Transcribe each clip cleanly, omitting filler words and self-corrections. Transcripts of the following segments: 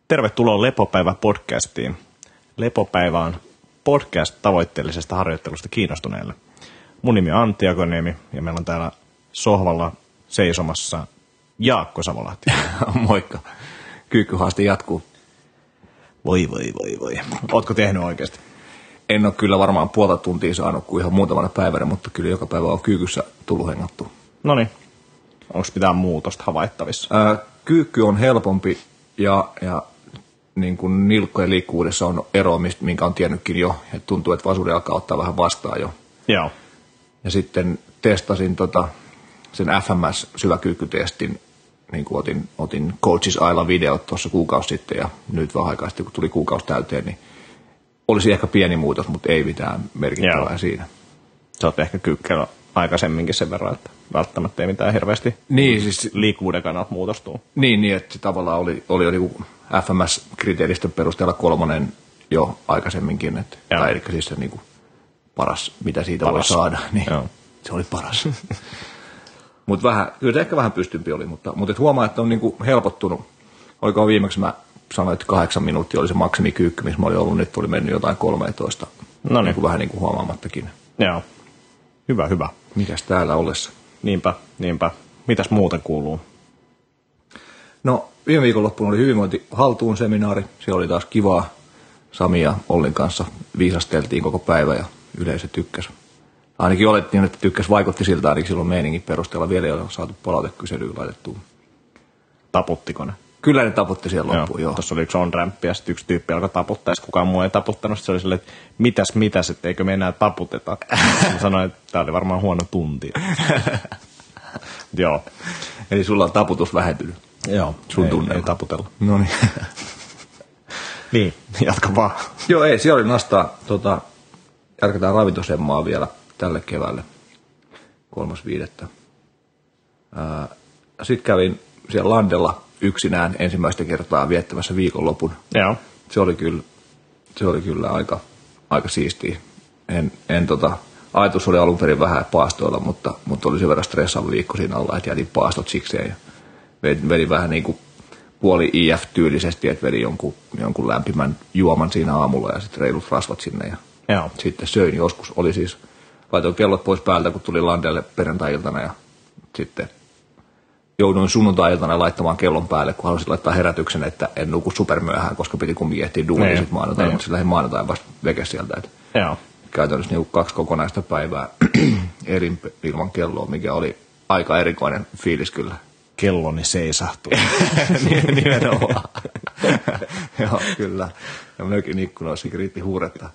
Tervetuloa Lepopäivä-podcastiin. Lepopäivä on podcast tavoitteellisesta harjoittelusta kiinnostuneille. Mun nimi on Antti Akoniemi ja meillä on täällä sohvalla seisomassa Jaakko Savolahti. Moikka. Kyykkyhaaste jatkuu. Voi. Ootko tehnyt oikeasti? En ole kyllä varmaan puolta tuntia saanut kuin ihan muutamana päivänä, mutta kyllä joka päivä on kyykyssä tullut hengattua. Noniin. Onko mitään muutosta havaittavissa? Kyykky on helpompi ja niin kuin nilkkojen liikkuvuudessa on eroa, minkä on tiennytkin jo. Et tuntuu, että vasuri alkaa ottaa vähän vastaan jo. Joo. Ja sitten testasin sen FMS-syväkyykkytestin, niin kuin otin Coaches Isla-videot tuossa kuukausi sitten ja nyt vähän aikaa sitten, kun tuli kuukausi täyteen, niin olisi ehkä pieni muutos, mutta ei mitään merkittävää siinä. Sä oot ehkä kyykkällä aikaisemminkin sen verran, että välttämättä ei mitään hirveästi liikkuvuuden kannalta muutostuu. Niin, että se tavallaan oli jo niin FMS-kriteeristön perusteella 3 jo aikaisemminkin, tai eli siis se niin kuin paras, mitä siitä voi saada, niin se oli paras. Mutta kyllä se ehkä vähän pystympi oli, mutta huomaa, että on niin kuin helpottunut. Oliko viimeksi mä sanoin, että 8 minuuttia oli se maksimikyykky, missä mä olin ollut, nyt oli mennyt jotain 13. No niin. Vähän niin kuin huomaamattakin. Joo. Hyvä. Mikäs täällä ollessa? Niinpä. Mitäs muuten kuuluu? No, viime viikonloppuna oli hyvinvointi haltuun seminaari. Siellä oli taas kivaa. Sami ja Ollin kanssa viisasteltiin koko päivä ja yleisö tykkäsi. Ainakin olettiin, että tykkäsi, vaikutti siltä ainakin silloin meiningin perusteella. Vielä ei ole saatu palautekyselyyn laitettua. Taputtiko ne? Kyllä ne taputti siellä loppuun, joo. Tuossa oli yksi on-rämppi ja sitten yksi tyyppi alkoi taputtaa, ja kukaan muu ei taputtanut. Se oli silleen, että mitäs, että eikö me enää taputeta. Sanoin, että tämä oli varmaan huono tunti. Joo. Eli sulla on taputus vähentynyt. Joo, sun tunnelma. Ei taputella. No niin. Niin, jatka vaan. Joo, ei, siellä oli nastaa, jatketaan ravintosemmaa vielä tälle keväälle, 3.5. Sitten kävin siellä landella yksinään ensimmäistä kertaa viettämässä viikonlopun. Joo. Se oli kyllä aika siistiä. Ajatus oli alun perin vähän paastoilla, mutta oli sen verran stressaava viikko siinä alla, että jätin paastot sikseen ja vedin vähän niin kuin puoli IF-tyylisesti, että vedin jonkun lämpimän juoman siinä aamulla ja sitten reilut rasvat sinne ja sitten söin joskus. Laitoin kellot pois päältä, kun tuli landelle perjantai-iltana ja sitten jouduin sunnuntai-iltana laittamaan kellon päälle, kun halusin laittaa herätyksen, että en nuku supermyöhään, koska piti kumminkin ehtiä duunia sitten maanantaina, mutta sitten lähdin maanantain vasta veke sieltä. Käytännössä niin 2 kokonaista päivää ilman kelloa, mikä oli aika erikoinen fiilis kyllä. Kelloni seisahtui. Nimenomaan. Joo, kyllä. Ja mökin ikkunoissa riitti huuretta.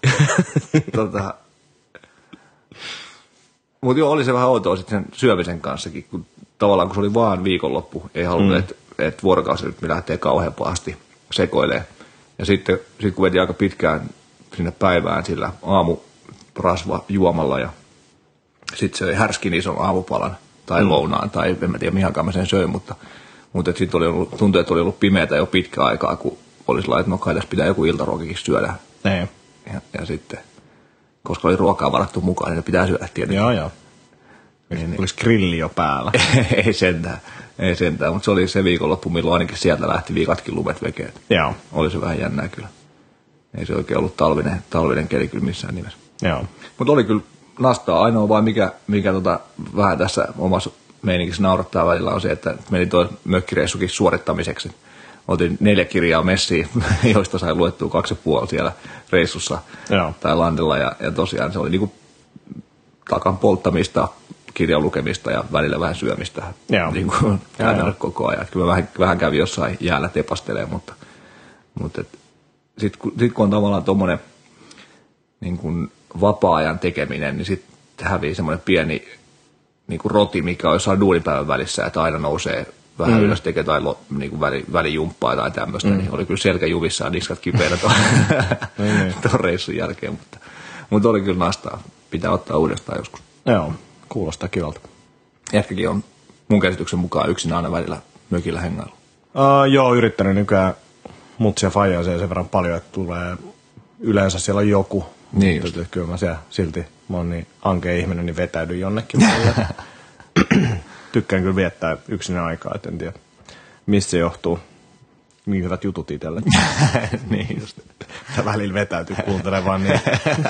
Mutta joo, oli se vähän outoa sitten sen syömisen kanssakin, kun tavallaan kun se oli vaan viikonloppu, ei halunnut, että vuorokausi nyt me lähtee kauhean pahasti sekoilemaan. Ja sitten kun veti aika pitkään sinne päivään sillä aamurasva juomalla ja sitten söi härskin ison aamupalan tai lounaan, tai en mä tiedä mihinkaan mä sen söin, mutta sitten tuntui, että oli ollut pimeätä jo pitkä aikaa, kun olisi laittanut, että no kai tässä pitää joku iltaruokakin syödä. Ja sitten, koska oli ruokaa varattu mukaan, niin ne pitää syödä tietenkin. Joo. Niin. Olisi grilli jo päällä. ei sentään, mutta se oli se viikonloppu, milloin ainakin sieltä lähti viikatkin lumet vekeet. Joo. Oli se vähän jännää kyllä. Ei se oikein ollut talvinen keli kyllä missään nimessä. Joo. Mutta oli kyllä nastaa. Ainoa vaan mikä vähän tässä omassa meininkissä naurattaa välillä on se, että meni tuo mökkireissukin suorittamiseksi. Otin 4 kirjaa messiin, joista sain luettua 2,5 siellä reissussa tai landella. Ja tosiaan se oli niinku takan polttamista, kirjan lukemista ja välillä vähän syömistä. Niin kuin koko ajan. Kyllä vähän kävi jossain jäällä tepastelemaan, mutta sitten kun on tavallaan tuommoinen niin kuin vapaa-ajan tekeminen, niin sitten hävii semmoinen pieni niin kuin roti, mikä on jossain duunipäivän välissä, että aina nousee vähän ylös, tekee tai niin kuin välijumppaa tai tämmöistä, niin oli kyllä selkäjuvissa ja niskat kipeänä tuon reissun jälkeen, mutta oli kyllä nastaa. Pitää ottaa uudestaan joskus. Joo, kuulostaa kivalta. Jätkäkin on mun käsityksen mukaan yksin aina välillä mökillä hengailu. Joo, yrittänyt nykyään mutsia faijaa sen verran paljon, että tulee yleensä siellä on joku. Niin mutta kyllä mä siellä silti, mä oon niin ankea ihminen, niin vetäydyn jonnekin. Tykkään kyllä viettää yksin aikaa, et en tiedä mistä se johtuu. Niin hyvät jutut itselle. Niin just. Sä välillä vetäytyy kuuntelemaan niin.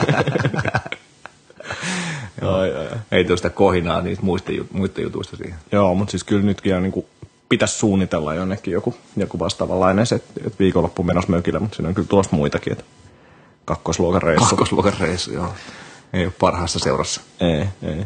Ei tuosta kohinaa niistä muista jutuista siihen. Joo, mutta siis kyllä nytkin niin pitäisi suunnitella jonnekin joku vastaavanlainen, että viikonloppu menossa mökille, mutta siinä on kyllä tulosta muitakin, että kakkosluokan reissu, joo. Ei ole parhaassa seurassa. Ei.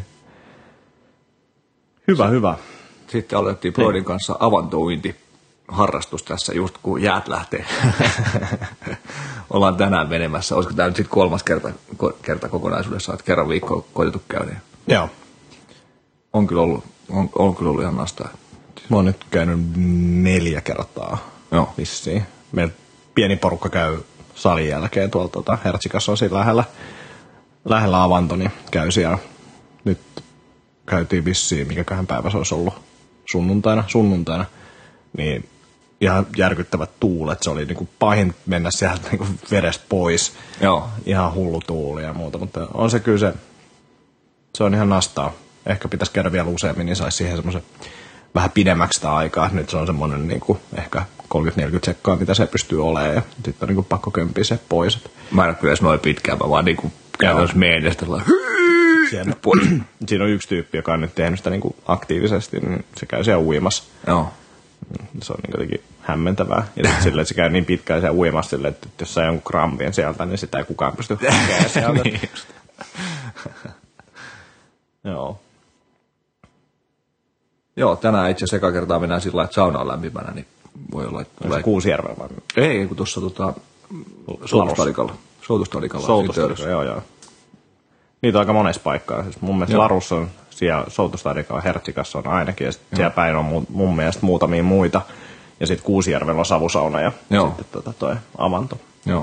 Hyvä. Sitten aloitettiin Broidin kanssa avantouinti harrastus tässä, just kun jäät lähtee. Ollaan tänään menemässä. Olisiko tämä nyt sitten 3. kerta kokonaisuudessa, että kerran viikkoa koitettu käydä? Joo. On kyllä ollut ihan nastaa. Mä oon nyt käynyt 4 kertaa. Joo. Vissiin. Meillä pieni porukka käy salin jälkeen tuolta Hertsikassa on siinä lähellä avanto, niin käy siellä. Nyt käytiin vissiin, mikäköhän päivä se olisi ollut sunnuntaina, niin ihan järkyttävät tuulet. Se oli niinku pahin mennä sieltä niinku vedestä pois. Joo. Ihan hullu tuuli ja muuta, mutta on se kyllä se on ihan nastaa. Ehkä pitäisi käydä vielä useammin, niin saisi siihen semmoisen vähän pidemmäksi sitä aikaa. Nyt se on semmoinen niinku ehkä 30-40 sekkaa, mitä se pystyy olemaan, ja sitten on niinku pakko kömpiä se pois. Mä en ole kyllä noin pitkään, mä vaan niinku käytännössä meen ja sitten Siinä on yksi tyyppi, joka on nyt tehnyt sitä niinku aktiivisesti, niin se käy siellä uimassa. Joo. Se on niin jotenkin hämmentävää. Ja sitten silleen, että se käy niin pitkään siellä uimassa silleen, että jos saa jonkun krampien sieltä, niin sitä ei kukaan pysty hakemaan sieltä. Niin Joo. Joo, tänään itse asiassa eka kertaa mennään sillä lailla, että sauna on lämpimänä, niin voi olla, että tulee... Kuusijärvellä vai? Ei, kun tuossa Soutustadikalla. Soutustadikalla, joo. Niitä on aika monessa paikkaa. Siis mun mielestä Larussa on siellä Soutustadikalla, Hertsikassa on ainakin, ja siellä päin on mun mielestä muutamia muita. Ja sitten Kuusijärvellä on savusauna ja sitten toi avanto.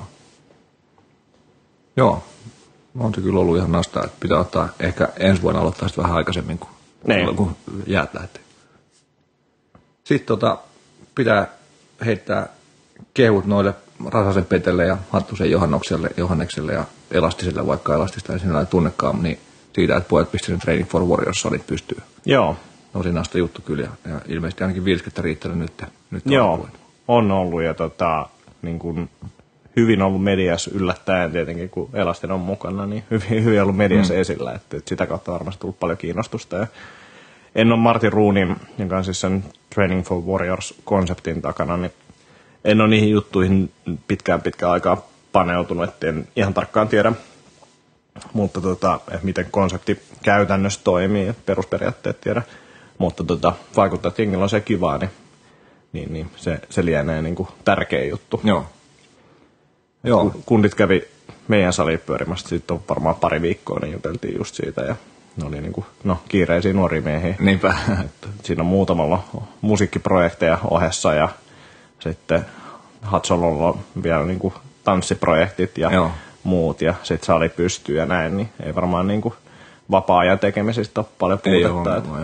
Joo. On se kyllä ollut ihan nastaa, että pitää ottaa ehkä ensi vuonna aloittaa sitten vähän aikaisemmin, kun jäät lähtee. Sitten pitää heittää kehut noille Rasasen Petelle ja Hattusen Johannekselle ja Elastiselle, vaikka Elastista ei sinällään tunnekaan, niin siitä, että pojat pistivät Training for Warriors-salit pystyy. Joo. Tosi nasta juttu kyllä, ja ilmeisesti ainakin 50 riittänyt nyt Joo, on ollut, ja niin kuin hyvin ollut mediassa yllättäen tietenkin, kun Elastin on mukana, niin hyvin ollut mediassa esillä, että sitä kautta varmasti tullut paljon kiinnostusta. Ja en ole Martin Roonin, joka on siis sen Training for Warriors-konseptin takana, niin en ole niihin juttuihin pitkään aikaa paneutunut, että en ihan tarkkaan tiedä, mutta että miten konsepti käytännössä toimii, perusperiaatteet tiedä, mutta vaikuttaa, että jengillä on se kivaa, niin se lienee niin kuin tärkeä juttu. Joo. Kundit kävi meidän saliin pyörimässä, sitten on varmaan pari viikkoa, niin juteltiin just siitä, ja ne oli niin kuin, kiireisiä nuoria miehiä. Niinpä. Siinä on muutamalla musiikkiprojekteja ohessa, ja sitten Hatsololla on vielä niin kuin tanssiprojektit ja muut, ja sitten sali pystyy ja näin, niin ei varmaan niin kuin vapaa-ajan tekemisistä ole paljon puutetta.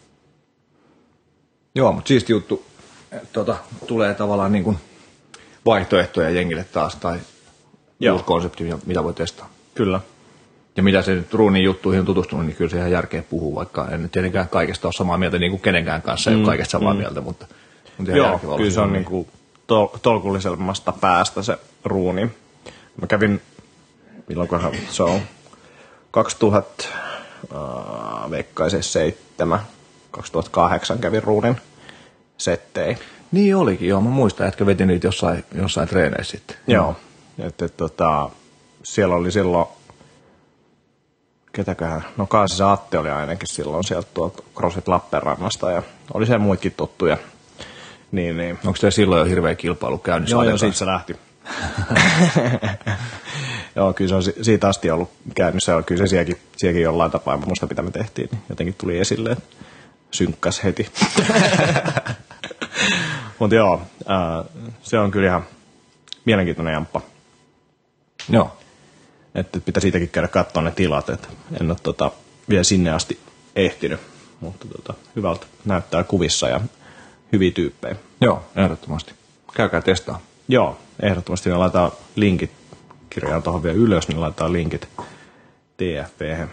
Joo, mutta siisti juttu, tulee tavallaan niin kuin vaihtoehtoja jengille taas, tai uusi konsepti, mitä voi testaa. Kyllä. Ja mitä se nyt Roonin juttuihin on tutustunut, niin kyllä se ihan järkeä puhuu, vaikka en nyt tietenkään kaikesta ole samaa mieltä, niin kuin kenenkään kanssa ei ole kaikesta samaa mieltä, mutta joo, kyllä se on niin kuin tolkullisemmasta päästä se Rooni. Mä kävin, milloinkohan se on, 2008 kävin Roonin settei. Niin olikin, joo. Mä muistan, että vetin niitä jossain treeneissä sitten. Joo. Että siellä oli silloin, ketäköhän, Kaasisen Atte oli ainakin silloin sieltä tuolta CrossFit Lappeenrannasta ja oli siellä muitakin tuttuja. Niin. Onko teillä silloin jo hirveä kilpailu käynnissä? Joo, siitä se lähti. Joo, kyllä se on siitä asti ollut käynnissä. Kyllä se sielläkin jollain tapaa, mä muistan mitä me tehtiin, niin jotenkin tuli esille, synkkäs heti. Mutta joo, se on kyllä ihan mielenkiintoinen jamppa. Joo. Että pitää siitäkin käydä katsoa ne tilat, että en ole vielä sinne asti ehtinyt, mutta hyvältä näyttää kuvissa ja hyviä tyyppejä. Joo, ehdottomasti. Käykää testaa. Joo, ehdottomasti me laitetaan linkit, kirjaan tuohon vielä ylös, niin laitetaan linkit TFP:hen.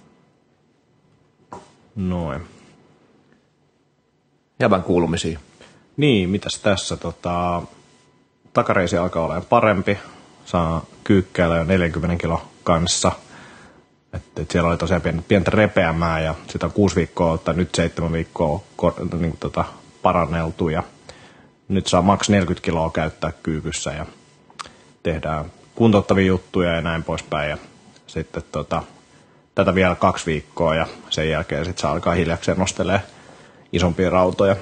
Noin. Jäbän kuulumisia. Niin, mitäs tässä takareisi alkaa olemaan parempi. Saa kyykkäillä jo 40 kilo kanssa. Et siellä oli tosiaan pientä repeämää ja sitä on 6 viikkoa tai nyt 7 viikkoa paranneltu. Ja nyt saa maks 40 kiloa käyttää kyykyssä ja tehdään kuntouttavia juttuja ja näin poispäin. Ja sitten tätä vielä 2 viikkoa ja sen jälkeen sitten saa alkaa hiljakseen nostelee isompia rautoja.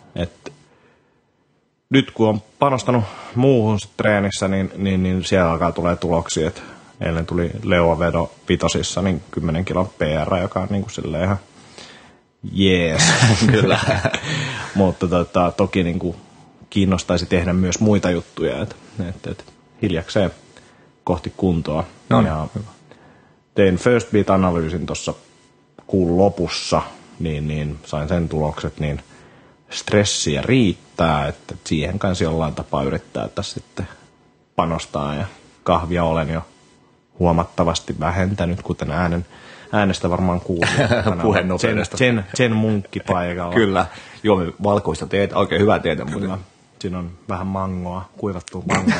Nyt kun on panostanut muuhun treenissä, niin siellä alkaa tulee tuloksia. Eilen tuli leuavedo vitosissa, niin 10 kilon PR, joka on niin kuin silleen ihan jees. Kyllä. Mutta toki niin kuin kiinnostaisi tehdä myös muita juttuja, että hiljakseen kohti kuntoa. No, ja tein First Beat-analyysin tuossa kuun lopussa, niin sain sen tulokset, niin stressiä riittää, että siihen kanssa jollain tapaa yrittää tässä sitten panostaa ja kahvia olen jo huomattavasti vähentänyt, kuten äänestä varmaan kuuluu. Puheen nopeudesta. Sen munkki paikalla. Kyllä, juomme valkoista teetä, oikein hyvää teetä. Kyllä. Siinä on vähän mangoa, kuivattua mangoa.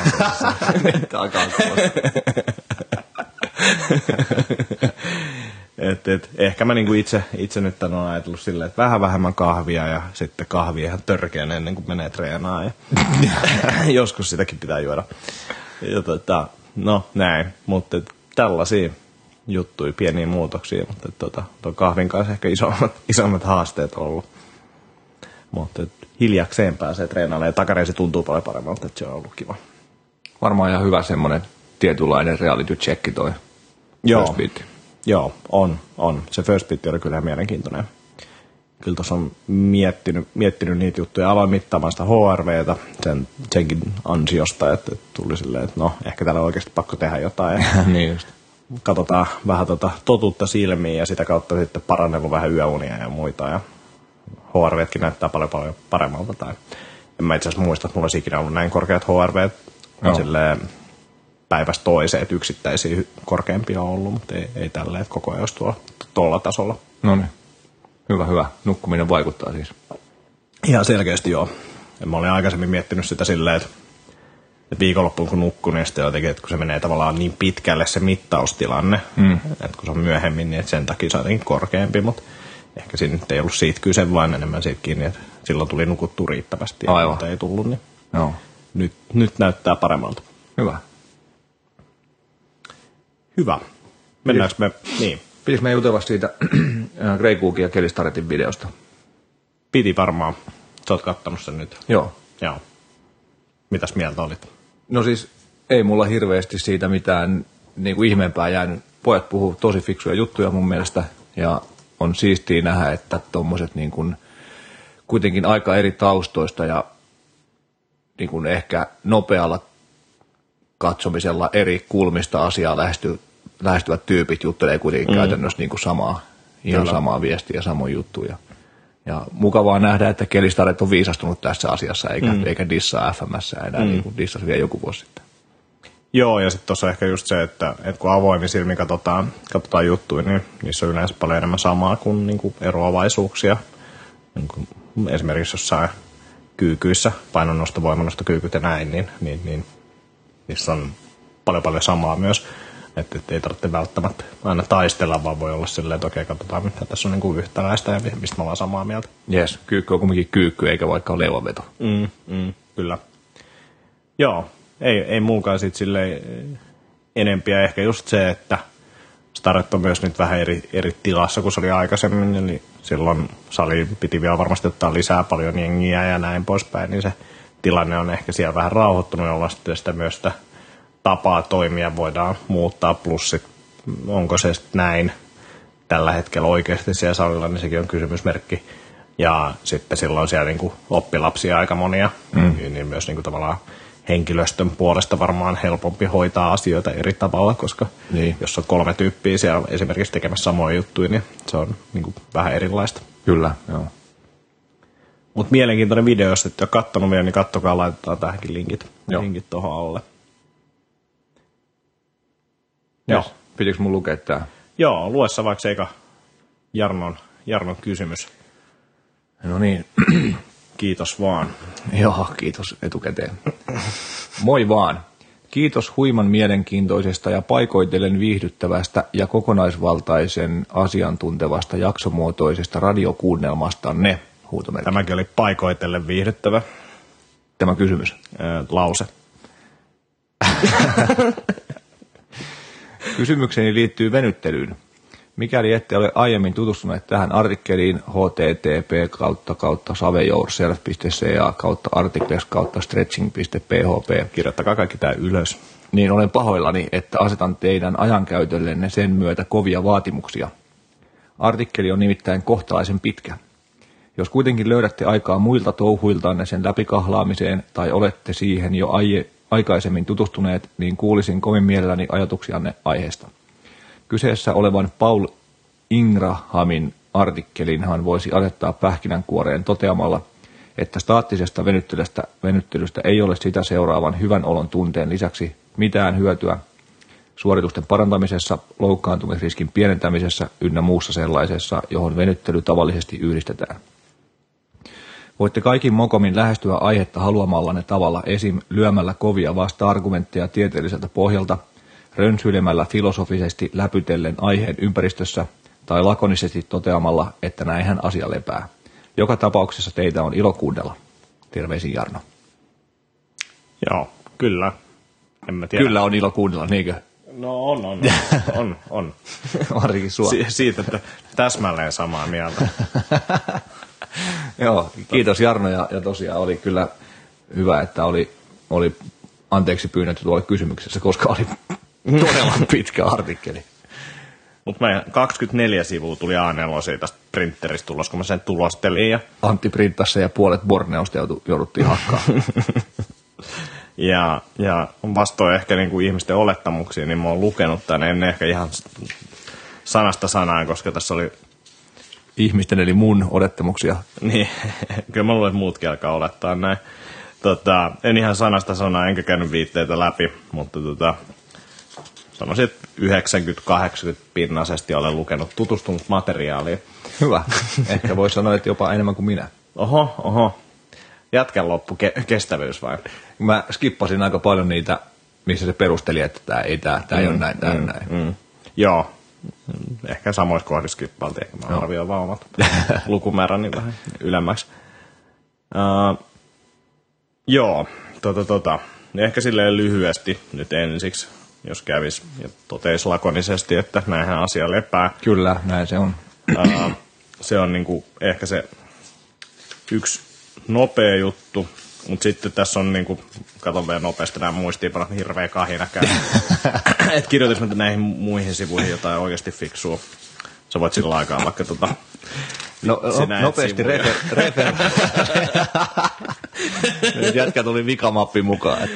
Ehkä mä niinku itse nyt on ajatellut silleen, että vähän vähemmän kahvia ja sitten kahvia ihan törkeän ennen kuin menee treenaan. Ja joskus sitäkin pitää juoda. Ja no näin, mutta tällaisia juttuja, pieniä muutoksia, mutta tuon kahvin kanssa ehkä isommat haasteet on ollut. Mutta hiljakseen pääsee treenaamaan ja takareisi tuntuu paljon paremmalta, että se on ollut kiva. Varmaan ihan hyvä semmoinen tietynlainen reality checki toi First Beat. Joo, on. Se First Beat oli kyllä mielenkiintoinen. Kyllä tuossa on miettinyt niitä juttuja. Aloin mittaamaan sitä HRVtä senkin ansiosta, että tuli silleen, että no, ehkä täällä on oikeasti pakko tehdä jotain. Niin just. Katsotaan vähän totuutta silmiin ja sitä kautta sitten parannellut vähän yöunia ja muita. Ja HRVtkin näyttää paljon paremmalta. Tai en mä itse asiassa muista, että mulla olisi ikinä ollut näin korkeat HRVt. Silleen päivästä toiseen, että yksittäisiä korkeampia on ollut, mutta ei tälleen, että koko ajan olisi tuolla tasolla. No niin. Hyvä. Nukkuminen vaikuttaa siis. Ihan selkeästi joo. Ja mä olin aikaisemmin miettinyt sitä silleen, että viikonloppuun kun nukkun, niin sitten jotenkin, että kun se menee tavallaan niin pitkälle se mittaustilanne, että kun se on myöhemmin, niin että sen takia se on jotenkin korkeampi, mutta ehkä siinä nyt ei ollut siitä kyse, vaan enemmän siitä kiinni, että silloin tuli nukuttua riittävästi, mutta ei tullut, niin nyt näyttää paremmalta. Hyvä. Mennäänkö me? Niin. Pitikö me jutella siitä Grey Cookin ja Kelly Starretin videosta? Piti varmaan. Sä oot kattonut sen nyt. Joo. Mitäs mieltä olit? No siis ei mulla hirveästi siitä mitään niin kuin ihmeempää jäänyt. Pojat puhuu tosi fiksuja juttuja mun mielestä ja on siistiä nähdä, että tommoset niin kuin kuitenkin aika eri taustoista ja niin kuin ehkä nopealla katsomisella eri kulmista asiaa lähestyvät tyypit juttelee kuitenkin käytännössä niin kuin samaa viestiä ja samoja juttuja. Ja mukavaa nähdä, että Kelly Starrett on viisastunut tässä asiassa, eikä dissaa FMS enää niin kuin dissasi vielä joku vuosi sitten. Joo, ja sitten tuossa ehkä just se, että kun avoimin silmin katsotaan juttuja, niin niissä on yleensä paljon enemmän samaa kuin niinku eroavaisuuksia. Niin kuin esimerkiksi jossain kyykyissä, painonnosto, voimanostokyykyt ja näin, niin niissä on paljon samaa myös. Että ei tarvitse välttämättä aina taistella, vaan voi olla silleen, että okei, katsotaan, mitä tässä on niin kuin yhtäläistä ja mistä me ollaan samaa mieltä. Jes, kyykky on kuitenkin kyykky, eikä vaikka ole leuanveto. Kyllä. Joo, ei mulkaan sitten silleen enempiä. Ehkä just se, että Starrett on myös nyt vähän eri tilassa kuin se oli aikaisemmin. Eli silloin sali piti vielä varmasti ottaa lisää paljon jengiä ja näin poispäin, niin se tilanne on ehkä siellä vähän rauhoittunut, jolla sitten sitä myös sitä tapaa toimia voidaan muuttaa, plus sit, onko se sitten näin tällä hetkellä oikeasti siellä salilla, niin sekin on kysymysmerkki. Ja sitten silloin siellä niinku oppilapsia aika monia, niin myös niinku tavallaan henkilöstön puolesta varmaan helpompi hoitaa asioita eri tavalla, koska jos on 3 tyyppiä siellä esimerkiksi tekemässä samoja juttuja, niin se on niinku vähän erilaista. Kyllä, joo. Mutta mielenkiintoinen video, jos et ole kattonut vielä, niin kattokaa, laitetaan tähänkin linkit tuohon alle. Joo. Pitikö mun lukea tää? Joo, luessa vaikka eka Jarnon kysymys. No niin. Kiitos vaan. Joo, kiitos etukäteen. Moi vaan. Kiitos huiman mielenkiintoisesta ja paikoitellen viihdyttävästä ja kokonaisvaltaisen asiantuntevasta jaksomuotoisesta radiokuunnelmastanne. Huutomerkki. Tämäkin oli paikoitellen viihdyttävä. Tämä kysymys. Lause. Kysymykseni liittyy venyttelyyn. Mikäli ette ole aiemmin tutustuneet tähän artikkeliin http://saveyourself.ca/articles/stretching.php. Kirjoittakaa kaikki tämä ylös. Niin olen pahoillani, että asetan teidän ajankäytöllenne sen myötä kovia vaatimuksia. Artikkeli on nimittäin kohtalaisen pitkä. Jos kuitenkin löydätte aikaa muilta touhuiltanne sen läpikahlaamiseen tai olette siihen jo aikaisemmin tutustuneet, niin kuulisin kovin mielelläni ajatuksianne aiheesta. Kyseessä olevan Paul Ingrahamin artikkelinhan voisi asettaa pähkinänkuoreen toteamalla, että staattisesta venyttelystä ei ole sitä seuraavan hyvän olon tunteen lisäksi mitään hyötyä suoritusten parantamisessa, loukkaantumisriskin pienentämisessä ynnä muussa sellaisessa, johon venyttely tavallisesti yhdistetään. Voitte kaikin mokomin lähestyä aihetta haluamallanne tavalla esim. Lyömällä kovia vasta-argumentteja tieteelliseltä pohjalta, rönsyilemällä filosofisesti läpytellen aiheen ympäristössä tai lakonisesti toteamalla, että näinhän asia lepää. Joka tapauksessa teitä on ilo kuunnella. Terveisin Jarno. Joo, kyllä. En mä tiedä. Kyllä on ilo kuunnella, niinkö? No on. Varsinkin sua. Siitä, että täsmälleen samaa mieltä. Joo, kiitos Jarno ja tosiaan oli kyllä hyvä, että oli anteeksi pyynnöt tuolla kysymyksessä, koska oli todella pitkä artikkeli. Mutta 24 sivua tuli A4 tästä printeristä tulos, kun mä sen tulostelin. Ja Antti printtasi ja puolet Borneosta jouduttiin hakkaa. ja vastoin ehkä niinku ihmisten olettamuksia, niin mä oon lukenut tänne ennen ehkä ihan sanasta sanaan, koska tässä oli ihmisten eli mun odottamuksia. Niin, kyllä mä luulen, että muutkin alkaa olettaa näin. En ihan sanasta sanaa, enkä käynyt viitteitä läpi, mutta sanoisin, että 90-80% olen lukenut, tutustunut materiaaliin. Hyvä. Ehkä voi sanoa, että jopa enemmän kuin minä. Oho. Jätkän loppu kestävyys vai? Mä skippasin aika paljon niitä, missä se perusteli, että tämä ei ole näin, tämä on näin. Joo. Ehkä samoissa kohdissa skippailtiin, ehkä mä arvioin vaan omat lukumääräni vähän ylemmäksi. Joo, ehkä silleen lyhyesti nyt ensiksi, jos kävis ja toteisi lakonisesti, että näinhän asia lepää. Kyllä, näin se on. Se on niinku ehkä se yksi nopea juttu, mutta sitten tässä on niinku, katon vielä nopeasti nämä muistiinpanot, hirveä kahina käy. Et kirjoitis mä näihin muihin sivuihin jotain oikeasti fiksua. Sä voit sillä aikaa vaikka nopeasti refer. Nyt jätkä tuli vikamappi mukaan.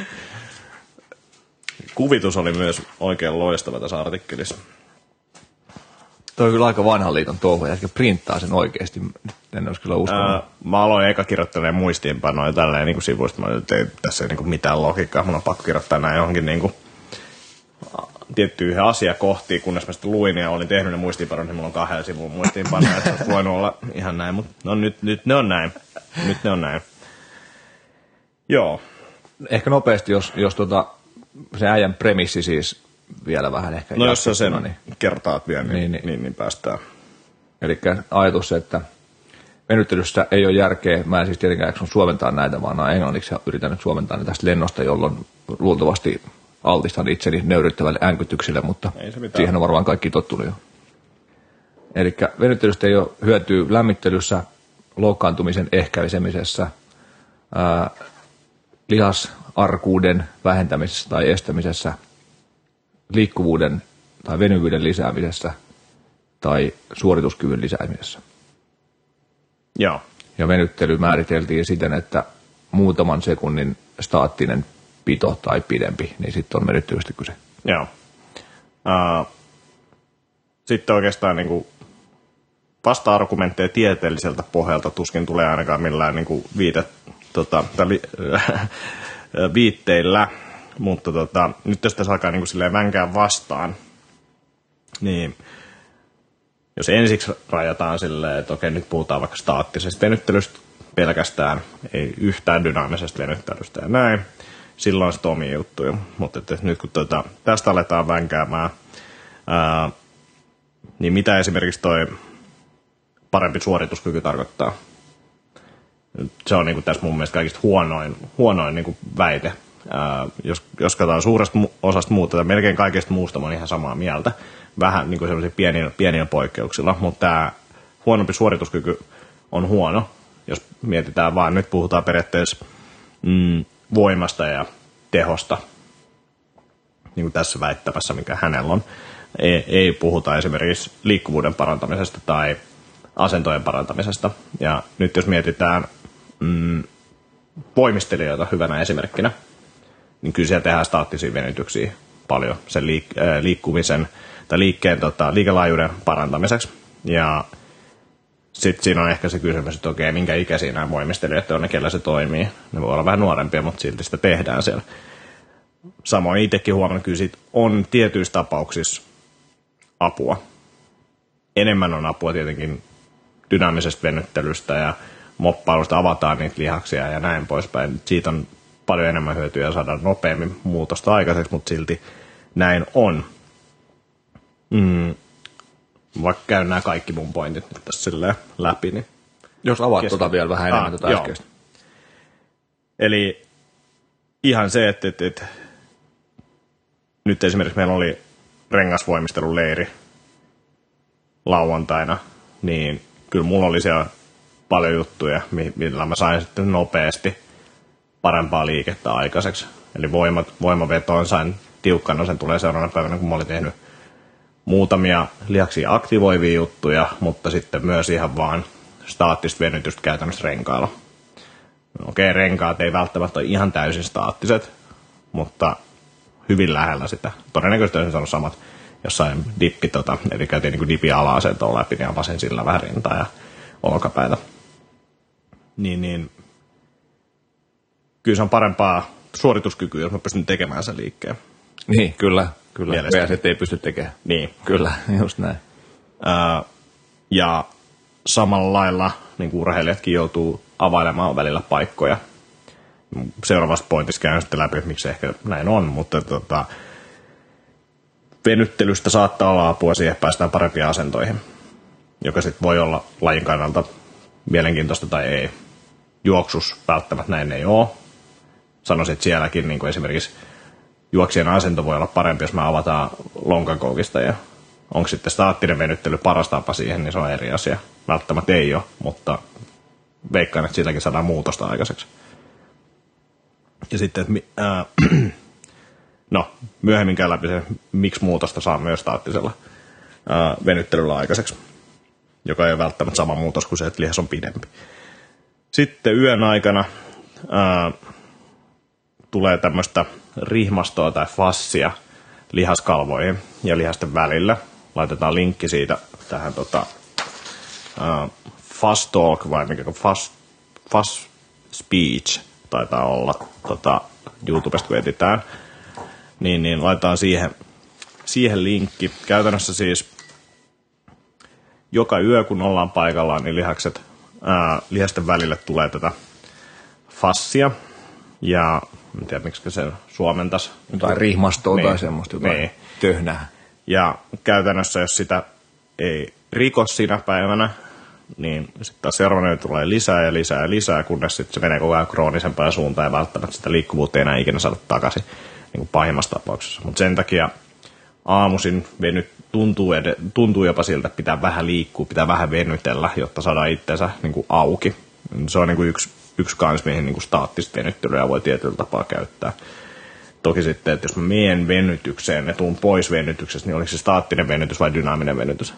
Kuvitus oli myös oikein loistava tässä artikkelissa. Toi on kyllä aika vanhan liiton touhu, jätkä printtaa sen oikeasti. En olisi kyllä uskonut. Mä aloin eka kirjoittelemaan muistiinpanoja tälleen niin sivuista. Mä tein tässä ei niin mitään logiikkaa. Mun on pakko kirjoittaa näin johonkin niin tiettyihin asiakohtiin, kunnes mä sitten luin ja olin tehnyt ne muistiinpanot, niin mulla on 2 sivun muistiinpanoja, että olisi voinut olla ihan näin, mutta no nyt ne on näin. Nyt ne on näin. Joo. Ehkä nopeasti, jos se äijän premissi siis vielä vähän ehkä. No jos sä sen niin kertaat vielä, niin päästään. Eli ajatus, että venyttelyssä ei ole järkeä, mä en siis tietenkään suomentaa näitä, vaan olen englanniksi yritän nyt suomentaa ne tästä lennosta, jolloin luultavasti altistan itseni nöyryttävälle äänkytykselle, mutta siihen on varmaan kaikki tottunut jo. Eli venyttelystä ei ole hyötyä lämmittelyssä, loukkaantumisen ehkäisemisessä, lihasarkuuden vähentämisessä tai estämisessä, liikkuvuuden tai venyvyyden lisäämisessä tai suorituskyvyn lisäämisessä. Joo. Ja venyttely määriteltiin siten, että muutaman sekunnin staattinen pito tai pidempi, niin sitten on venyttelystä kyse. Joo. Sitten oikeastaan niin vasta-argumentteja tieteelliseltä pohjalta tuskin tulee ainakaan millään niin viitteillä, mutta nyt jos tässä alkaa niin silleen vänkää vastaan, niin jos ensiksi rajataan silleen, että okei, nyt puhutaan vaikka staattisesta venyttelystä pelkästään, ei yhtään dynaamisesta venyttelystä ja näin. Silloin sitten omia juttuja. Mutta nyt kun tästä aletaan vänkäämään, niin mitä esimerkiksi toi parempi suorituskyky tarkoittaa? Se on niin kuin tässä mun mielestä kaikista huonoin niin kuin väite. Jos katsotaan suuresta osasta muuta tai melkein kaikesta muusta, mä oon ihan samaa mieltä. Vähän niin kuin sellaisilla pienillä poikkeuksilla, mutta tämä huonompi suorituskyky on huono. Jos mietitään vaan, nyt puhutaan periaatteessa voimasta ja tehosta, niin kuin tässä väittämässä, mikä hänellä on. Ei puhuta esimerkiksi liikkuvuuden parantamisesta tai asentojen parantamisesta. Ja nyt jos mietitään voimistelijoita hyvänä esimerkkinä, niin kyllä siellä tehdään staattisia venytyksiä paljon sen liikkumisen tai liikelaajuuden parantamiseksi. Ja sitten siinä on ehkä se kysymys, että okei, minkä ikäisiä nämä voimistelijat on ja kellä se toimii. Ne voi olla vähän nuorempia, mutta silti sitä tehdään siellä. Samoin itsekin huomannut, kyllä siitä on tietyissä tapauksissa apua. Enemmän on apua tietenkin dynaamisesta venyttelystä ja moppailusta, avataan niitä lihaksia ja näin poispäin. Siitä on paljon enemmän hyötyä ja saadaan nopeammin muutosta aikaiseksi, mutta silti näin on. Vaikka käyn nämä kaikki mun pointit nyt tässä silleen läpi. Niin jos avaat vielä vähän enemmän äskeistä. Eli ihan se, että nyt esimerkiksi meillä oli rengasvoimisteluleiri lauantaina, niin kyllä mulla oli siellä paljon juttuja, millä mä sain sitten nopeasti parempaa liikettä aikaiseksi. Eli voimavetoon sain tiukkana, sen tulee seuraavana päivänä, kun mä olin tehnyt muutamia lihaksia aktivoivia juttuja, mutta sitten myös ihan vaan staattista venytystä käytännössä renkailla. Okei, renkaat ei välttämättä ole ihan täysin staattiset, mutta hyvin lähellä sitä. Todennäköisesti olisin sanonut samat jossain eli käytiin niin kuin dipi ala-asentoon läpi, niin avasin sillä vähän rintaa ja olkapäitä. Niin. Kyllä se on parempaa suorituskykyä, jos mä pystyn tekemään sen liikkeen. Niin, kyllä. VST ei pysty tekemään. Niin. Kyllä, just näin. Ja samalla lailla niin urheilijatkin joutuu availemaan välillä paikkoja. Seuraavassa pointissa käyn sitten läpi, että miksi ehkä näin on, mutta venyttelystä saattaa olla apua siihen, että päästään parempiin asentoihin, joka sitten voi olla lajin kannalta mielenkiintoista tai ei. Juoksus välttämättä näin ei ole. Sanoisin, että sielläkin niin kuin esimerkiksi juoksijan asento voi olla parempi, jos me avataan lonkankoukista ja onko sitten staattinen venyttely paras tapa siihen, niin se on eri asia. Välttämättä ei ole, mutta veikkaan, että silläkin saadaan muutosta aikaiseksi. Ja sitten, myöhemmin käy läpi se, miksi muutosta saa myös staattisella venyttelyllä aikaiseksi, joka ei ole välttämättä sama muutos kuin se, että lihas on pidempi. Sitten yön aikana tulee tämmöistä rihmastoa tai fassia lihaskalvoihin ja lihasten välillä. Laitetaan linkki siitä tähän Fast Talk vai mikä Fast Speech taitaa olla YouTubesta, kun etsitään. Niin laitetaan siihen linkki. Käytännössä siis joka yö, kun ollaan paikallaan, niin lihasten välille tulee tätä fassia. Ja en tiedä, miksi se suomentaisi. Jotain rihmastoa tai semmoista, jotain töhnää. Ja käytännössä, jos sitä ei riko siinä päivänä, niin sitten taas seuraavana tulee lisää, kunnes sitten se menee koko ajan kroonisempaan suuntaan ja välttämättä sitä liikkuvuutta ei enää ikinä saada takaisin niin kuin pahimmassa tapauksessa. Mutta sen takia aamuisin tuntuu jopa siltä, että pitää vähän liikkua, pitää vähän venytellä, jotta saadaan itsensä niin kuin auki. Se on niin kuin yksi kans, mihin niin kuin staattista venyttelyä voi tietyllä tapaa käyttää. Toki sitten, että jos mä menen venytykseen ja tuun pois venytyksestä, niin oliko se staattinen venytys vai dynaaminen venytys?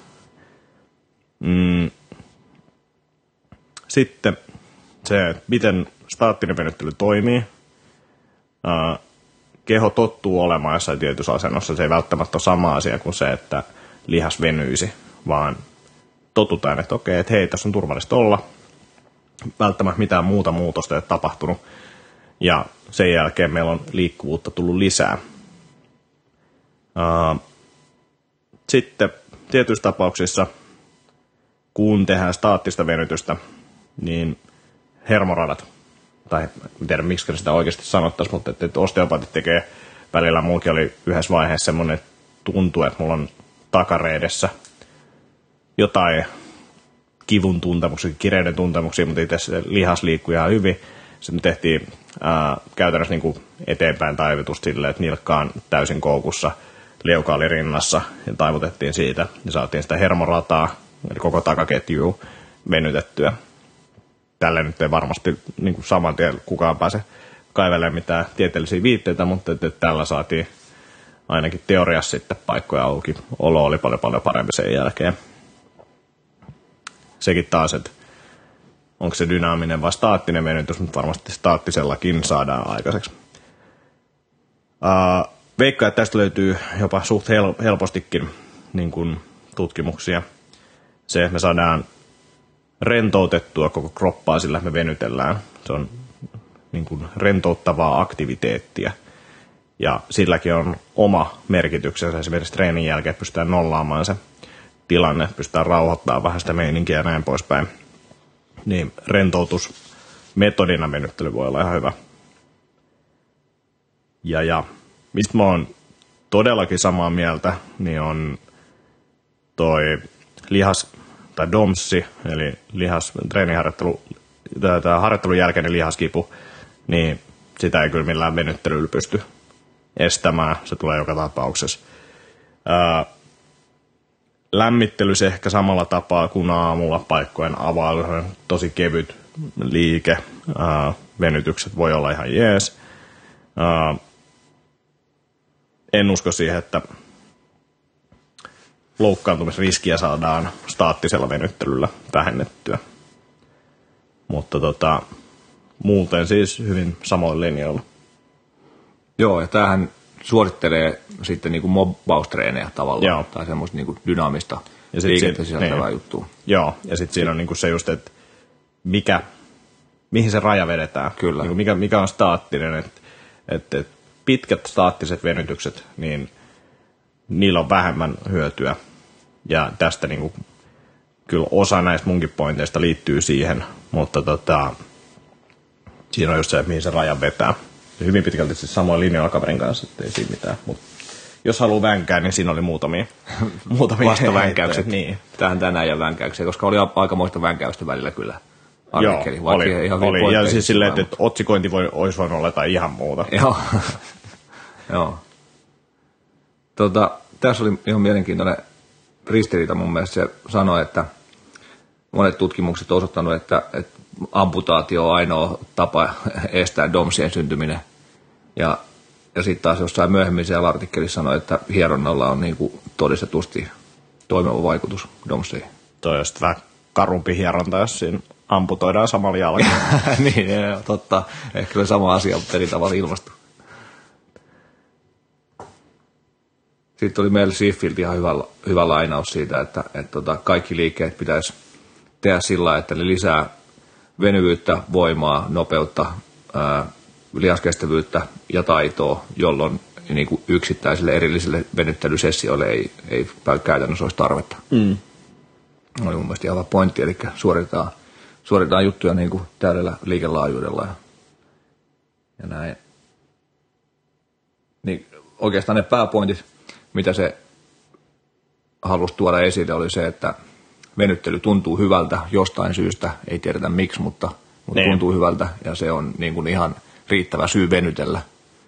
Sitten se, miten staattinen venyttely toimii. Keho tottuu olemaan jossain tietyssä asennossa. Se ei välttämättä ole sama asia kuin se, että lihas venyisi, vaan totutaan, että okei, että hei, tässä on turvallista olla. Välttämättä mitään muuta muutosta ei ole tapahtunut. Ja sen jälkeen meillä on liikkuvuutta tullut lisää. Sitten tietyissä tapauksissa, kun tehdään staattista venytystä, niin hermoradat, tai en tiedä miksi sitä oikeasti sanottaisiin, mutta että osteopatit tekee välillä, mullakin oli yhdessä vaiheessa semmoinen tuntu, että mulla on takareidessä jotain kivun tuntemuksia, kireiden tuntemuksia, mutta itse asiassa lihas liikkui ihan hyvin. Sitten me tehtiin käytännössä niin kuin eteenpäin taivutus silleen, että nilkka on täysin koukussa, liuka oli rinnassa ja taivutettiin siitä ja saatiin sitä hermorataa, eli koko takaketjua venytettyä. Tällä nyt ei varmasti niin kuin saman tien kukaan pääse kaivelemaan mitään tieteellisiä viitteitä, mutta että tällä saatiin ainakin teoriassa sitten paikkoja auki. Olo oli paljon parempi sen jälkeen. Sekin taas, että onko se dynaaminen vai staattinen venytys, mutta varmasti staattisellakin saadaan aikaiseksi. Veikkaan, että tästä löytyy jopa suht helpostikin niin kuin tutkimuksia. Se, että me saadaan rentoutettua koko kroppaa, sillä me venytellään. Se on niin kuin rentouttavaa aktiviteettia. Ja silläkin on oma merkityksensä. Esimerkiksi treenin jälkeen pystytään nollaamaan se tilanne, pystytään rauhoittamaan vähän sitä meininkiä ja näin poispäin. Niin rentoutusmetodina venyttely voi olla ihan hyvä. Ja mistä mä oon todellakin samaa mieltä, niin on toi tai DOMSi, eli treeniharjoittelu, harjoittelun jälkeinen lihaskipu, niin sitä ei kyllä millään venyttelyllä pysty estämään. Se tulee joka tapauksessa. Lämmittelys ehkä samalla tapaa kuin aamulla paikkojen availu, tosi kevyt liike, venytykset voi olla ihan jees. En usko siihen, että loukkaantumisriskiä saadaan staattisella venyttelyllä vähennettyä. Mutta muuten siis hyvin samoin linjoilla. Joo, ja tämähän suorittelee sitten niin kuin mobbaustreenejä tavallaan, joo, tai semmoista niin kuin dynaamista liikettä sisältävää niin juttua. Joo, ja sitten siinä on niin kuin se just, että mihin se raja vedetään. Kyllä. Niin kuin mikä on staattinen, että pitkät staattiset venytykset, niin niillä on vähemmän hyötyä. Ja tästä niin kuin, kyllä osa näistä munkin pointeista liittyy siihen, mutta siinä on just se, että mihin se raja vetää. Hyvin pitkälti siis samoin linjoilla kaverin kanssa, ettei siinä mitään. Mutta jos haluaa vänkää, niin siinä oli muutamia vastavänkäykset. Niin. Tähän tänään ja vänkäyksiä, koska oli aikamoista vänkäystä välillä kyllä. Artikkeli. Joo, oli. Ja siis silleen, että otsikointi olisi voinut olla jotain ihan muuta. Joo. Joo. Tässä oli ihan mielenkiintoinen ristiriita mun mielestä. Se sanoi, että monet tutkimukset on osoittanut, että amputaatio on ainoa tapa estää DOMSien syntyminen. Ja sitten taas jossain myöhemmin siellä artikkelissa sanoi, että hieronnalla on niin kuin todistetusti toimiva vaikutus DOMSiin. Toi on sitten vähän karumpi hieronta, jos siinä amputoidaan samalla jalalla. Niin, totta. Ehkä oli sama asia, mutta eri tavalla ilmastu. Sitten oli meillä Siffiltä ihan hyvä lainaus siitä, että kaikki liikkeet pitäisi tehdä sillä lailla, että ne lisää venyvyyttä, voimaa, nopeutta, lihaskestävyyttä ja taitoa, jolloin niin kuin yksittäisille erillisille venyttelysessioille ei käytännössä olisi tarvetta. Mm. Oli mun mielestä ihan hyvä pointti, eli suoritetaan juttuja niin kuin täydellä liikelaajuudella ja näin. Niin oikeastaan ne pääpointit, mitä se halusi tuoda esille, oli se, että venyttely tuntuu hyvältä jostain syystä, ei tiedetä miksi, mutta tuntuu hyvältä ja se on niin kuin ihan riittävä syy venytellä.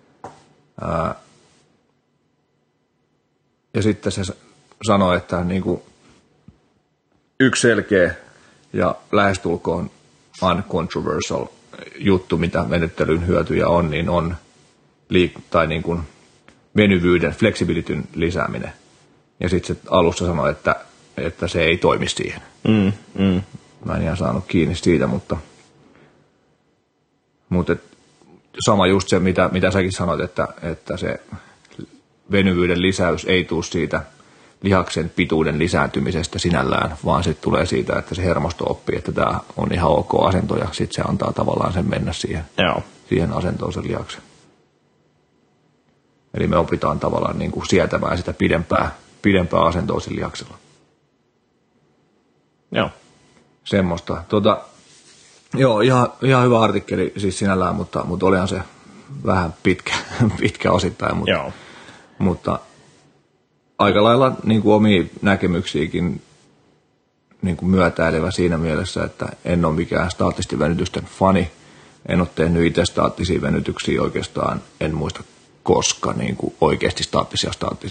Ja sitten se sanoi, että niin kuin yksi selkeä ja lähestulkoon uncontroversial juttu, mitä venyttelyn hyötyjä on, niin on niin kuin venyvyyden, flexibilityn lisääminen. Ja sitten se alussa sanoi, että se ei toimi siihen. Mä en ihan saanut kiinni siitä, mutta sama just se, mitä säkin sanoit, että se venyvyyden lisäys ei tule siitä lihaksen pituuden lisääntymisestä sinällään, vaan se tulee siitä, että se hermosto oppii, että tämä on ihan ok asento ja sitten se antaa tavallaan sen mennä siihen asentoon sen lihaksen. Eli me opitaan tavallaan niin kuin sietämään sitä pidempää asentoa sen lihaksella. Joo. Semmoista. Joo, ihan hyvä artikkeli siis sinällään, mutta olihan se vähän pitkä osittain, mutta aika lailla niin kuin omia näkemyksiäkin niin kuin myötäilevä siinä mielessä, että en ole mikään staattisten venytysten fani. En ole tehnyt itse staattisia venytyksiä oikeastaan, en muista koska niin kuin oikeasti staattisia.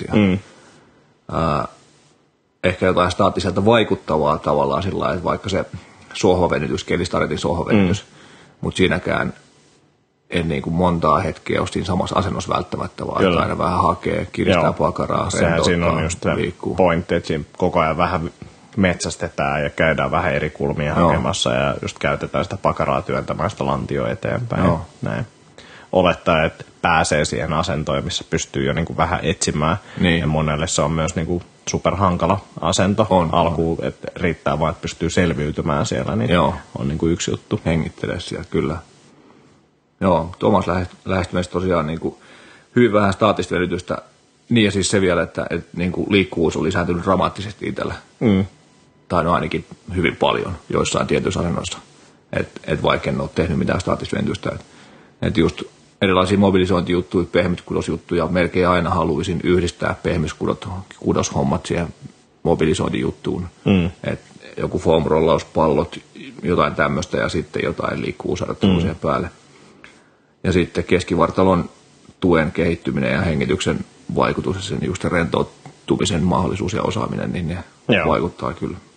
Ehkä jotain staattiselta vaikuttavaa tavallaan sillä lailla, että vaikka se sohvavenytys, Kelly-Starretin sohvavenytys, mutta siinäkään en niin kuin montaa hetkeä ole siinä samassa asennossa välttämättä, vaan aina vähän hakee, kiristää pakaraa, sehän siinä on just se pointti, että siinä koko ajan vähän metsästetään ja käydään vähän eri kulmia hakemassa ja just käytetään sitä pakaraa työntämään sitä lantioa eteenpäin. Näin. Olettaa, että pääsee siihen asentoon, missä pystyy jo niin kuin vähän etsimään. Niin. Ja monelle se on myös niin kuin superhankala asento alkuun, että riittää vaan, että pystyy selviytymään siellä, niin on niin kuin yksi juttu. Hengittelee siellä, kyllä. Joo, Tuomas lähestymässä tosiaan niin kuin hyvin vähän staattista venytystä. Niin ja siis se vielä, että niin kuin liikkuvuus on lisääntynyt dramaattisesti itsellä. Tai no ainakin hyvin paljon joissain tietyissä asennoissa. Että vaikka en ole tehnyt mitään staattista venytystä. Että just erilaisia mobilisointijuttuja, pehmytkudosjuttuja, melkein aina haluaisin yhdistää pehmytkudoshommat siihen mobilisointijuttuun. Että joku foam-rollauspallot, jotain tämmöistä ja sitten jotain liikkuvuusharjoittelua siihen päälle. Ja sitten keskivartalon tuen kehittyminen ja hengityksen vaikutus ja sen just rentoutumisen mahdollisuus ja osaaminen, niin ne vaikuttaa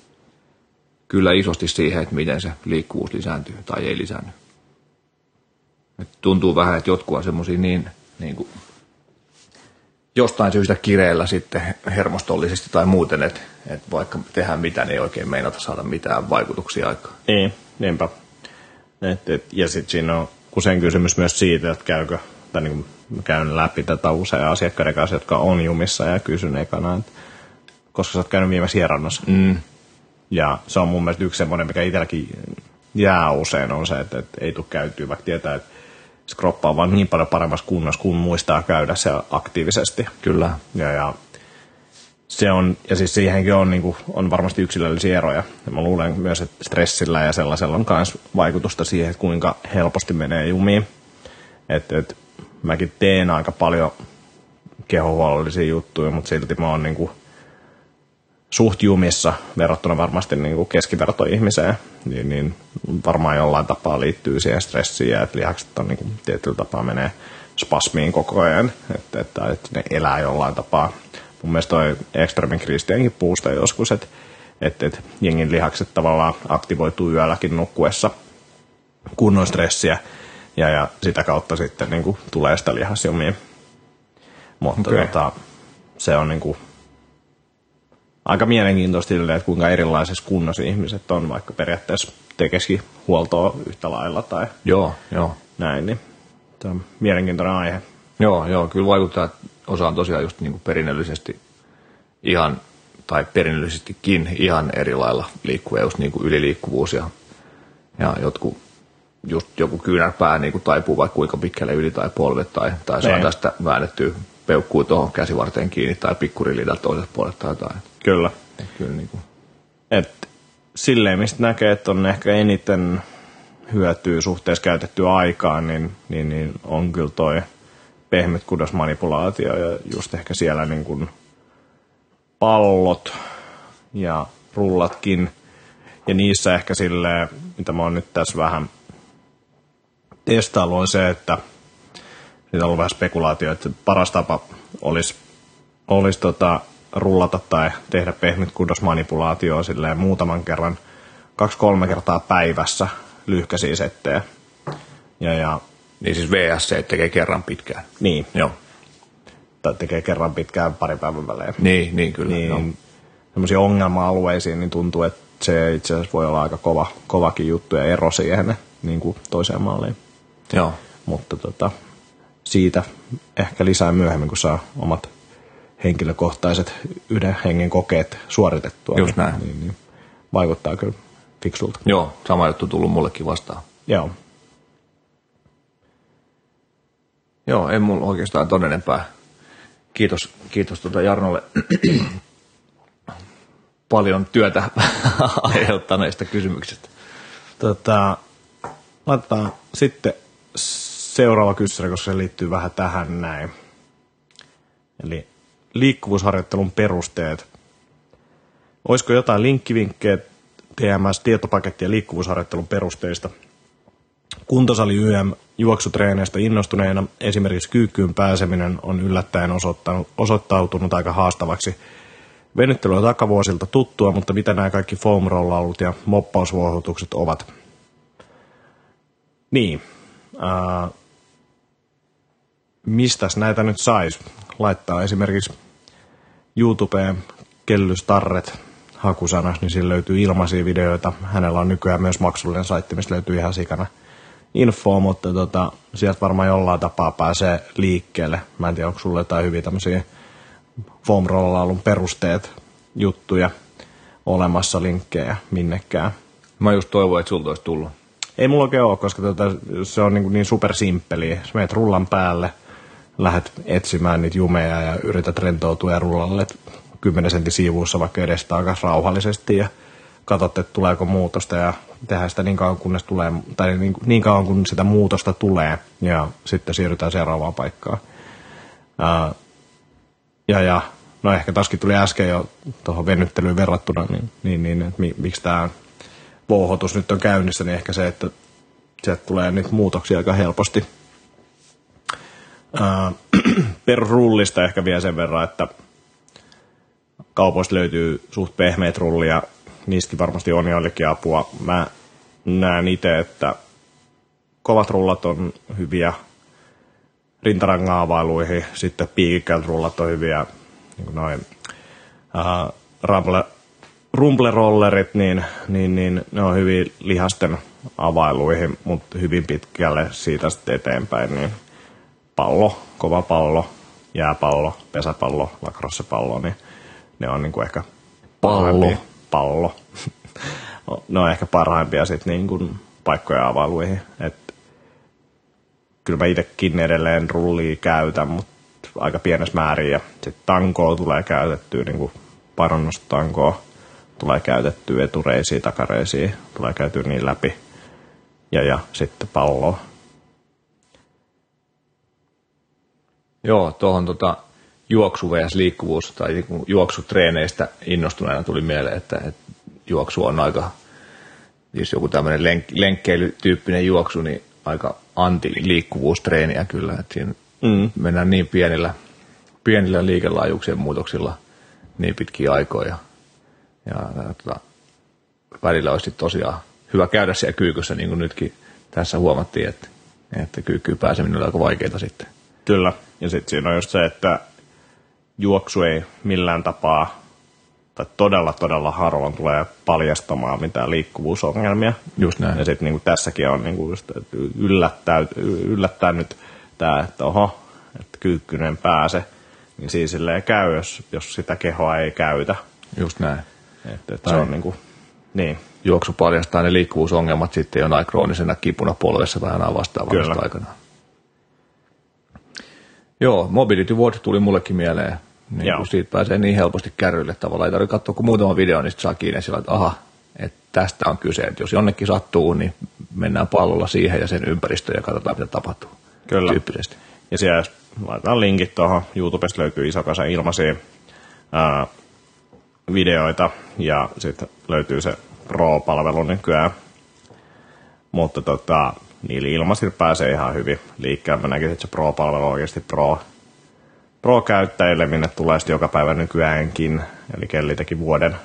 kyllä isosti siihen, että miten se liikkuvuus lisääntyy tai ei lisäänny. Et tuntuu vähän, että jotkut on semmoisia niin kuin jostain syystä kireellä sitten hermostollisesti tai muuten, että vaikka tehdään mitä, niin ei oikein meinata saada mitään vaikutuksia aikaan. Niinpä. Ja sitten siinä on usein kysymys myös siitä, että niin käyn läpi tätä usein asiakkaiden kanssa, jotka on jumissa ja kysyn ekana, että koska sä oot käynyt viimeksi hieronnassa. Ja se on mun mielestä yksi semmoinen, mikä itselläkin jää usein, on se, että ei tule käytyä, vaikka tietää, että se kroppa on vaan niin paljon paremmassa kunnossa, kun muistaa käydä siellä aktiivisesti. Kyllä. Ja se on, ja siis siihenkin on, niin kuin, on varmasti yksilöllisiä eroja. Ja mä luulen myös, että stressillä ja sellaisella on myös vaikutusta siihen, että kuinka helposti menee jumiin. Että mäkin teen aika paljon kehohuollollisia juttuja, mutta silti mä oon niin kuin suht jumissa verrattuna varmasti niin kuin keskivertoihmiseen, niin varmaan jollain tapaa liittyy siihen stressiin ja että lihakset on niin kuin tietyllä tapaa menee spasmiin koko ajan, että ne elää jollain tapaa. Mun mielestä toi Ekströmin Kristiankin puusta joskus, että jengin lihakset tavallaan aktivoituu yölläkin nukkuessa kunnon stressiä ja sitä kautta sitten niin kuin tulee sitä lihasjumia. Mutta se on niin kuin aika mielenkiintoista, että kuinka erilaisessa kunnossa ihmiset on, vaikka periaatteessa tekisikin huoltoa yhtä lailla tai näin, niin tämä on mielenkiintoinen aihe. Joo, kyllä vaikuttaa, että osa on tosiaan just niin kuin perinnöllisesti perinnöllisestikin ihan eri lailla liikkuvia, just niin kuin yliliikkuvuus ja joku kyynärpää niin kuin taipuu vaikka kuinka pitkälle yli tai polvet tai saa tästä väännettyä peukkuu tuohon käsivarteen kiinni tai pikkurilidalta toisesta puolesta tai jotain. Kyllä. Niin kuin. Silleen, mistä näkee, että on ehkä eniten hyötyä suhteessa käytettyä aikaan, niin on kyllä toi pehmyt kudosmanipulaatio ja just ehkä siellä niin kuin pallot ja rullatkin. Ja niissä ehkä silleen, mitä mä oon nyt tässä vähän testaillut, on se, että siitä on ollut vähän spekulaatio, että paras tapa olisi rullata tai tehdä pehmyt kudosmanipulaatioa silleen muutaman kerran, 2-3 kertaa päivässä lyhkäisiä settejä. Niin siis VSC tekee kerran pitkään. Niin. Joo. Tai tekee kerran pitkään pari päivän välein. Niin kyllä. Niin, semmoisia ongelma-alueisiin niin tuntuu, että se itse asiassa voi olla aika kovakin juttu ja ero siihen niin kuin toiseen malliin. Joo. Mutta siitä ehkä lisää myöhemmin, kun saa omat henkilökohtaiset yhden hengen kokeet suoritettua. Just näin. Niin vaikuttaa kyllä fiksulta. Joo, sama juttu tullut mullekin vastaan. Joo, ei mulla oikeastaan ton enempää. Kiitos Jarnolle paljon työtä aiheuttaneista kysymyksistä. laitetaan sitten seuraava kysymys, koska se liittyy vähän tähän näin. Eli liikkuvuusharjoittelun perusteet. Olisiko jotain linkkivinkkejä TMS-tietopakettia liikkuvuusharjoittelun perusteista? Kuntosali YM juoksutreeneistä innostuneena esimerkiksi kyykkyyn pääseminen on yllättäen osoittautunut aika haastavaksi. Venyttely on takavuosilta tuttua, mutta mitä nämä kaikki foam rolloulut ja moppausvuohutukset ovat? Niin. Mistäs näitä nyt sais? Laittaa esimerkiksi YouTubeen kellystarret hakusana, niin siellä löytyy ilmaisia videoita. Hänellä on nykyään myös maksullinen saitti, mistä löytyy ihan sikana infoa, mutta sieltä varmaan jollain tapaa pääsee liikkeelle. Mä en tiedä, onko sulla jotain hyviä tämmöisiä foam rollailun perusteet juttuja olemassa, linkkejä minnekään. Mä just toivon, että sulta olisi tullut. Ei mulla oikein ole, koska se on niin supersimppeliä. Sä menet rullan päälle, lähdet etsimään niitä jumeja ja yrität rentoutua ja rullalle 10 sentin siivuussa vaikka edestaakas rauhallisesti ja katsot, että tuleeko muutosta ja tehdään sitä niin kauan, kunnes tulee, tai niin kauan kun sitä muutosta tulee ja sitten siirrytään seuraavaan paikkaan. No ehkä taaskin tuli äsken jo tuohon venyttelyyn verrattuna, niin että miksi tämä vouhotus nyt on käynnissä, niin ehkä se, että sieltä tulee nyt muutoksia aika helposti. Perusrullista ehkä vielä sen verran, että kaupoista löytyy suht pehmeät rullia, niistäkin varmasti on joillekin apua. Mä näen itse, että kovat rullat on hyviä rintarangan-availuihin, sitten piikikkäät rullat on hyviä, niin kuin noin rumplerollerit, niin ne on hyvin lihasten availuihin, mutta hyvin pitkälle siitä sitten eteenpäin, niin pallo, kova pallo, jääpallo, pesäpallo, lacrossepallo, niin ne on niin kuin ehkä pallo. Ne on ehkä parhaimpia sitten niin kuin paikkoja availuihin. Kyllä mä itsekin edelleen rullia käytän, mutta aika pienessä määrin. Ja sitten tankoa tulee käytettyä, niin kuin parannustankoa tulee käytettyä, etureisiä, takareisiä tulee käytyä niin läpi. Ja sitten palloa. Joo, tuohon juoksu vs. liikkuvuus tai juoksutreeneistä innostuneena tuli mieleen, että juoksu on aika, siis joku tämmöinen lenkkeilytyyppinen juoksu, niin aika anti-liikkuvuustreeniä kyllä, että siinä mennään niin pienillä liikelaajuuksien muutoksilla niin pitkiä aikoja. Ja välillä olisi tosiaan hyvä käydä siellä kyykyssä, niin kuin nytkin tässä huomattiin, että kyykkyyn pääseminen on aika vaikeaa sitten. Kyllä, ja sitten siinä on just se, että juoksu ei millään tapaa, tai todella harvoin tulee paljastamaan mitään liikkuvuusongelmia. Just näin. Ja sitten niin tässäkin on niin just, että yllättää nyt tämä, että että kyykkynen pääse, niin siinä silleen käy, jos sitä kehoa ei käytä. Just näin. Että se on niin. Juoksu paljastaa ne liikkuvuusongelmat sitten jonain kroonisena kipuna polvessa tai aina vastaavasta aikana. Joo, Mobility Word tuli mullekin mieleen. Niin kun siitä pääsee niin helposti kärryille tavallaan. Ei tarvitse katsoa kuin muutama video, niin sitten saa kiinni sillä, että että tästä on kyse. Että jos jonnekin sattuu, niin mennään pallolla siihen ja sen ympäristöön ja katsotaan, mitä tapahtuu. Kyllä. Tyyppisesti. Ja siellä laitetaan linkit tuohon. YouTubesta löytyy iso kasa ilmaisia videoita ja sitten löytyy se Pro-palvelu nykyään. Mutta niillä ilmaisilla pääsee ihan hyvin liikkeelle. Mä näkisin, että se Pro-palvelu on oikeasti Pro-käyttäjille, minne tulee sitten joka päivä nykyäänkin. Eli Kelli teki vuoden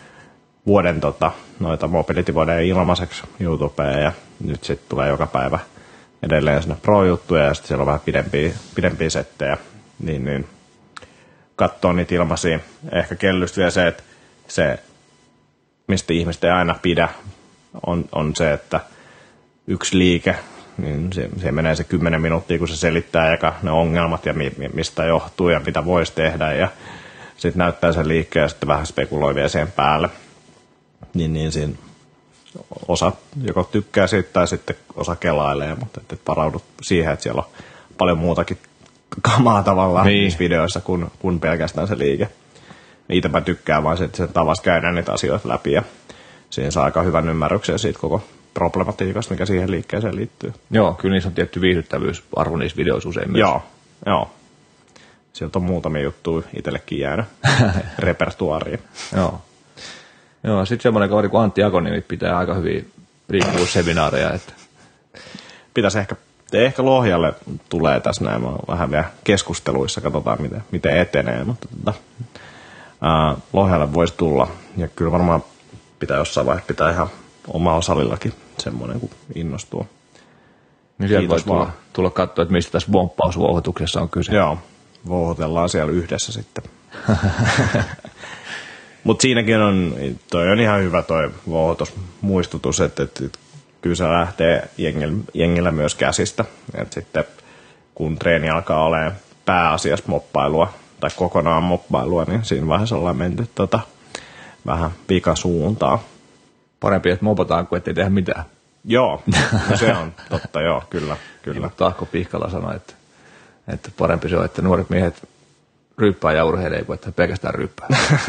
noita Mobility-vuoden ilmaiseksi YouTubeen ja nyt sitten tulee joka päivä edelleen sinne Pro-juttuja ja sitten siellä on vähän pidempiä settejä. Niin katsoo niitä ilmaisia. Ehkä Kellystä vielä se, että se, mistä ihmiset ei aina pidä, on se, että yksi liike, niin se menee se 10 minuuttia, kun se selittää ne ongelmat ja mistä johtuu ja mitä voisi tehdä. Ja sitten näyttää sen liikkeen ja sitten vähän spekuloi vielä siihen päälle. Niin siinä osa joko tykkää siitä tai sitten osa kelailee, mutta et varaudut siihen, että siellä on paljon muutakin kamaa tavallaan niissä videoissa kuin pelkästään se liike. Itse mä tykkään vaan sen tavasta käydä niitä asioita läpi ja siinä saa aika hyvän ymmärryksen siitä problematiikasta, mikä siihen liikkeeseen liittyy. Joo, kyllä niissä on tietty viihdyttävyysarvo niissä videoissa usein myös. Joo. Sieltä on muutamia juttuja itsellekin jäänyt repertuaariin. Joo, sitten semmoinen kaveri kuin Antti Akonimi pitää aika hyviä riippuvuusseminaareja. Että pitäisi ehkä Lohjalle tulee tässä näin, mä oon vähän vielä keskusteluissa, katsotaan miten etenee, mutta Lohjalle voisi tulla, ja kyllä varmaan pitää jossain vaiheessa pitää ihan oma salillakin semmoinen, kun innostuu. Niin sieltä voi tulla katsoa, että mistä tässä bomppausvouhotuksessa on kyse. Joo, vouhotellaan siellä yhdessä sitten. Mutta siinäkin toi on ihan hyvä toi vouhotusmuistutus, että kyllä se lähtee jengillä myös käsistä. Et sitten kun treeni alkaa olemaan pääasiassa moppailua tai kokonaan moppailua, niin siinä vaiheessa ollaan menty vähän vikasuuntaan. Parempi, että mopataan kuin ettei tehdä mitään. Joo, no se on totta, joo, kyllä. Niin, Tahko Pihkala sanoi, että parempi se on, että nuoret miehet ryppää ja urheilee, kuin että pelkästään ryppää.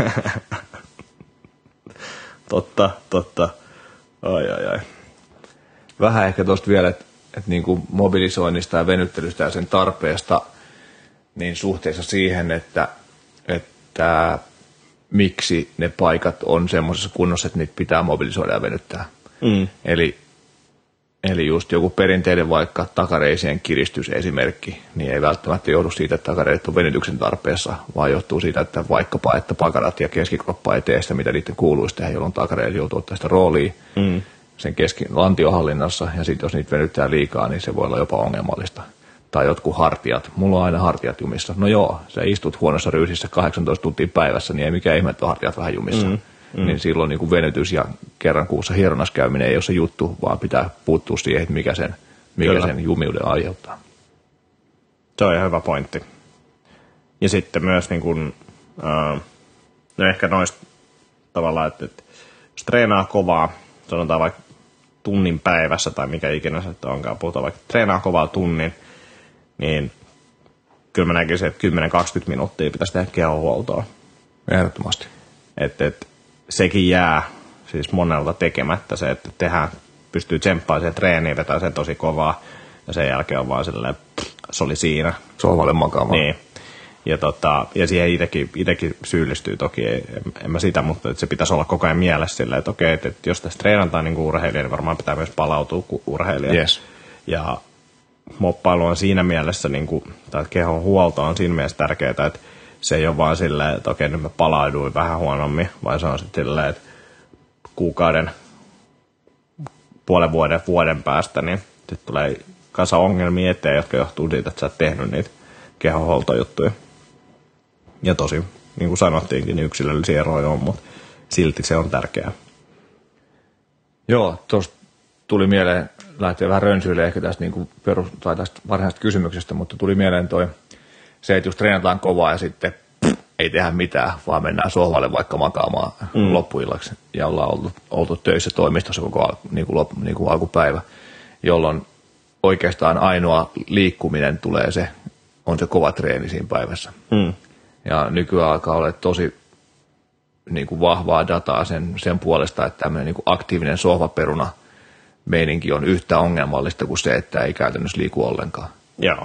Totta. Ai. Vähän ehkä tuosta vielä, että niin kuin mobilisoinnista ja venyttelystä ja sen tarpeesta, niin suhteessa siihen, että miksi ne paikat on semmoisessa kunnossa, että niitä pitää mobilisoida ja venyttää. Eli just joku perinteinen vaikka takareisien kiristys esimerkki, niin ei välttämättä johdu siitä, että takareidet on venytyksen tarpeessa, vaan johtuu siitä, että vaikkapa, että pakarat ja keskikroppa ei tee sitä, mitä niiden kuuluisi tehdä, jolloin takareidet joutuu ottaa sitä roolia sen lantiohallinnassa, ja sitten jos niitä venyttää liikaa, niin se voi olla jopa ongelmallista. Tai jotkut hartiat. Mulla on aina hartiat jumissa. No joo, sä istut huonossa ryysissä 18 tuntia päivässä, niin ei mikään ihme, että on hartiat vähän jumissa. Niin silloin niin kuin venytys ja kerran kuussa hieronnassa käyminen ei ole se juttu, vaan pitää puuttua siihen, että mikä sen jumiuden aiheuttaa. Se on ihan hyvä pointti. Ja sitten myös niin kuin, no ehkä noista tavallaan, että jos treenaa kovaa, sanotaan vaikka tunnin päivässä tai mikä ikinä se onkaan, puhutaan vaikka treenaa kovaa tunnin, niin kyllä mä näkisin, että 10-20 minuuttia pitäisi tehdä kehonhuoltoa. Ehdottomasti. Että sekin jää siis monelta tekemättä se, että pystyy tsemppaamaan siihen treeniin, vetää sen tosi kovaa ja sen jälkeen on vaan silleen, se oli siinä. Sohvalle makaamaan. Niin. Ja siihen itsekin syyllistyy toki, en mä sitä, mutta että se pitäisi olla koko ajan mielessä silleen, että okei, että jos tässä treenataan niin kuin urheilija, niin varmaan pitää myös palautua kuin urheilija. Yes. Ja moppailu on siinä mielessä, niin kuin, tai kehon huolto on siinä mielessä tärkeää, että se ei ole vaan silleen, että okei, nyt mä palauduin vähän huonommin, vaan se on sitten silleen, että kuukauden, puolen vuoden päästä, niin sitten tulee kasa ongelmia eteen, jotka johtuu siitä, että sä oot tehnyt niitä kehonhuoltojuttuja. Ja tosi, niin kuin sanottiinkin, niin yksilöllisiä eroja on, mutta silti se on tärkeää. Joo, tuosta tuli mieleen, lähtee vähän rönsyille ehkä tästä, niin kuin tai tästä varsinaisesta kysymyksestä, mutta tuli mieleen se, että jos treenataan kovaa ja sitten ei tehdä mitään, vaan mennään sohvalle vaikka makaamaan loppuillaksi ja ollaan oltu töissä toimistossa koko niin kuin alkupäivä, jolloin oikeastaan ainoa liikkuminen on se kova treeni siinä päivässä. Ja nykyään alkaa olla tosi niin kuin vahvaa dataa sen puolesta, että tämmöinen niin kuin aktiivinen sohvaperuna meininki on yhtä ongelmallista kuin se, että ei käytännössä liiku ollenkaan. Joo.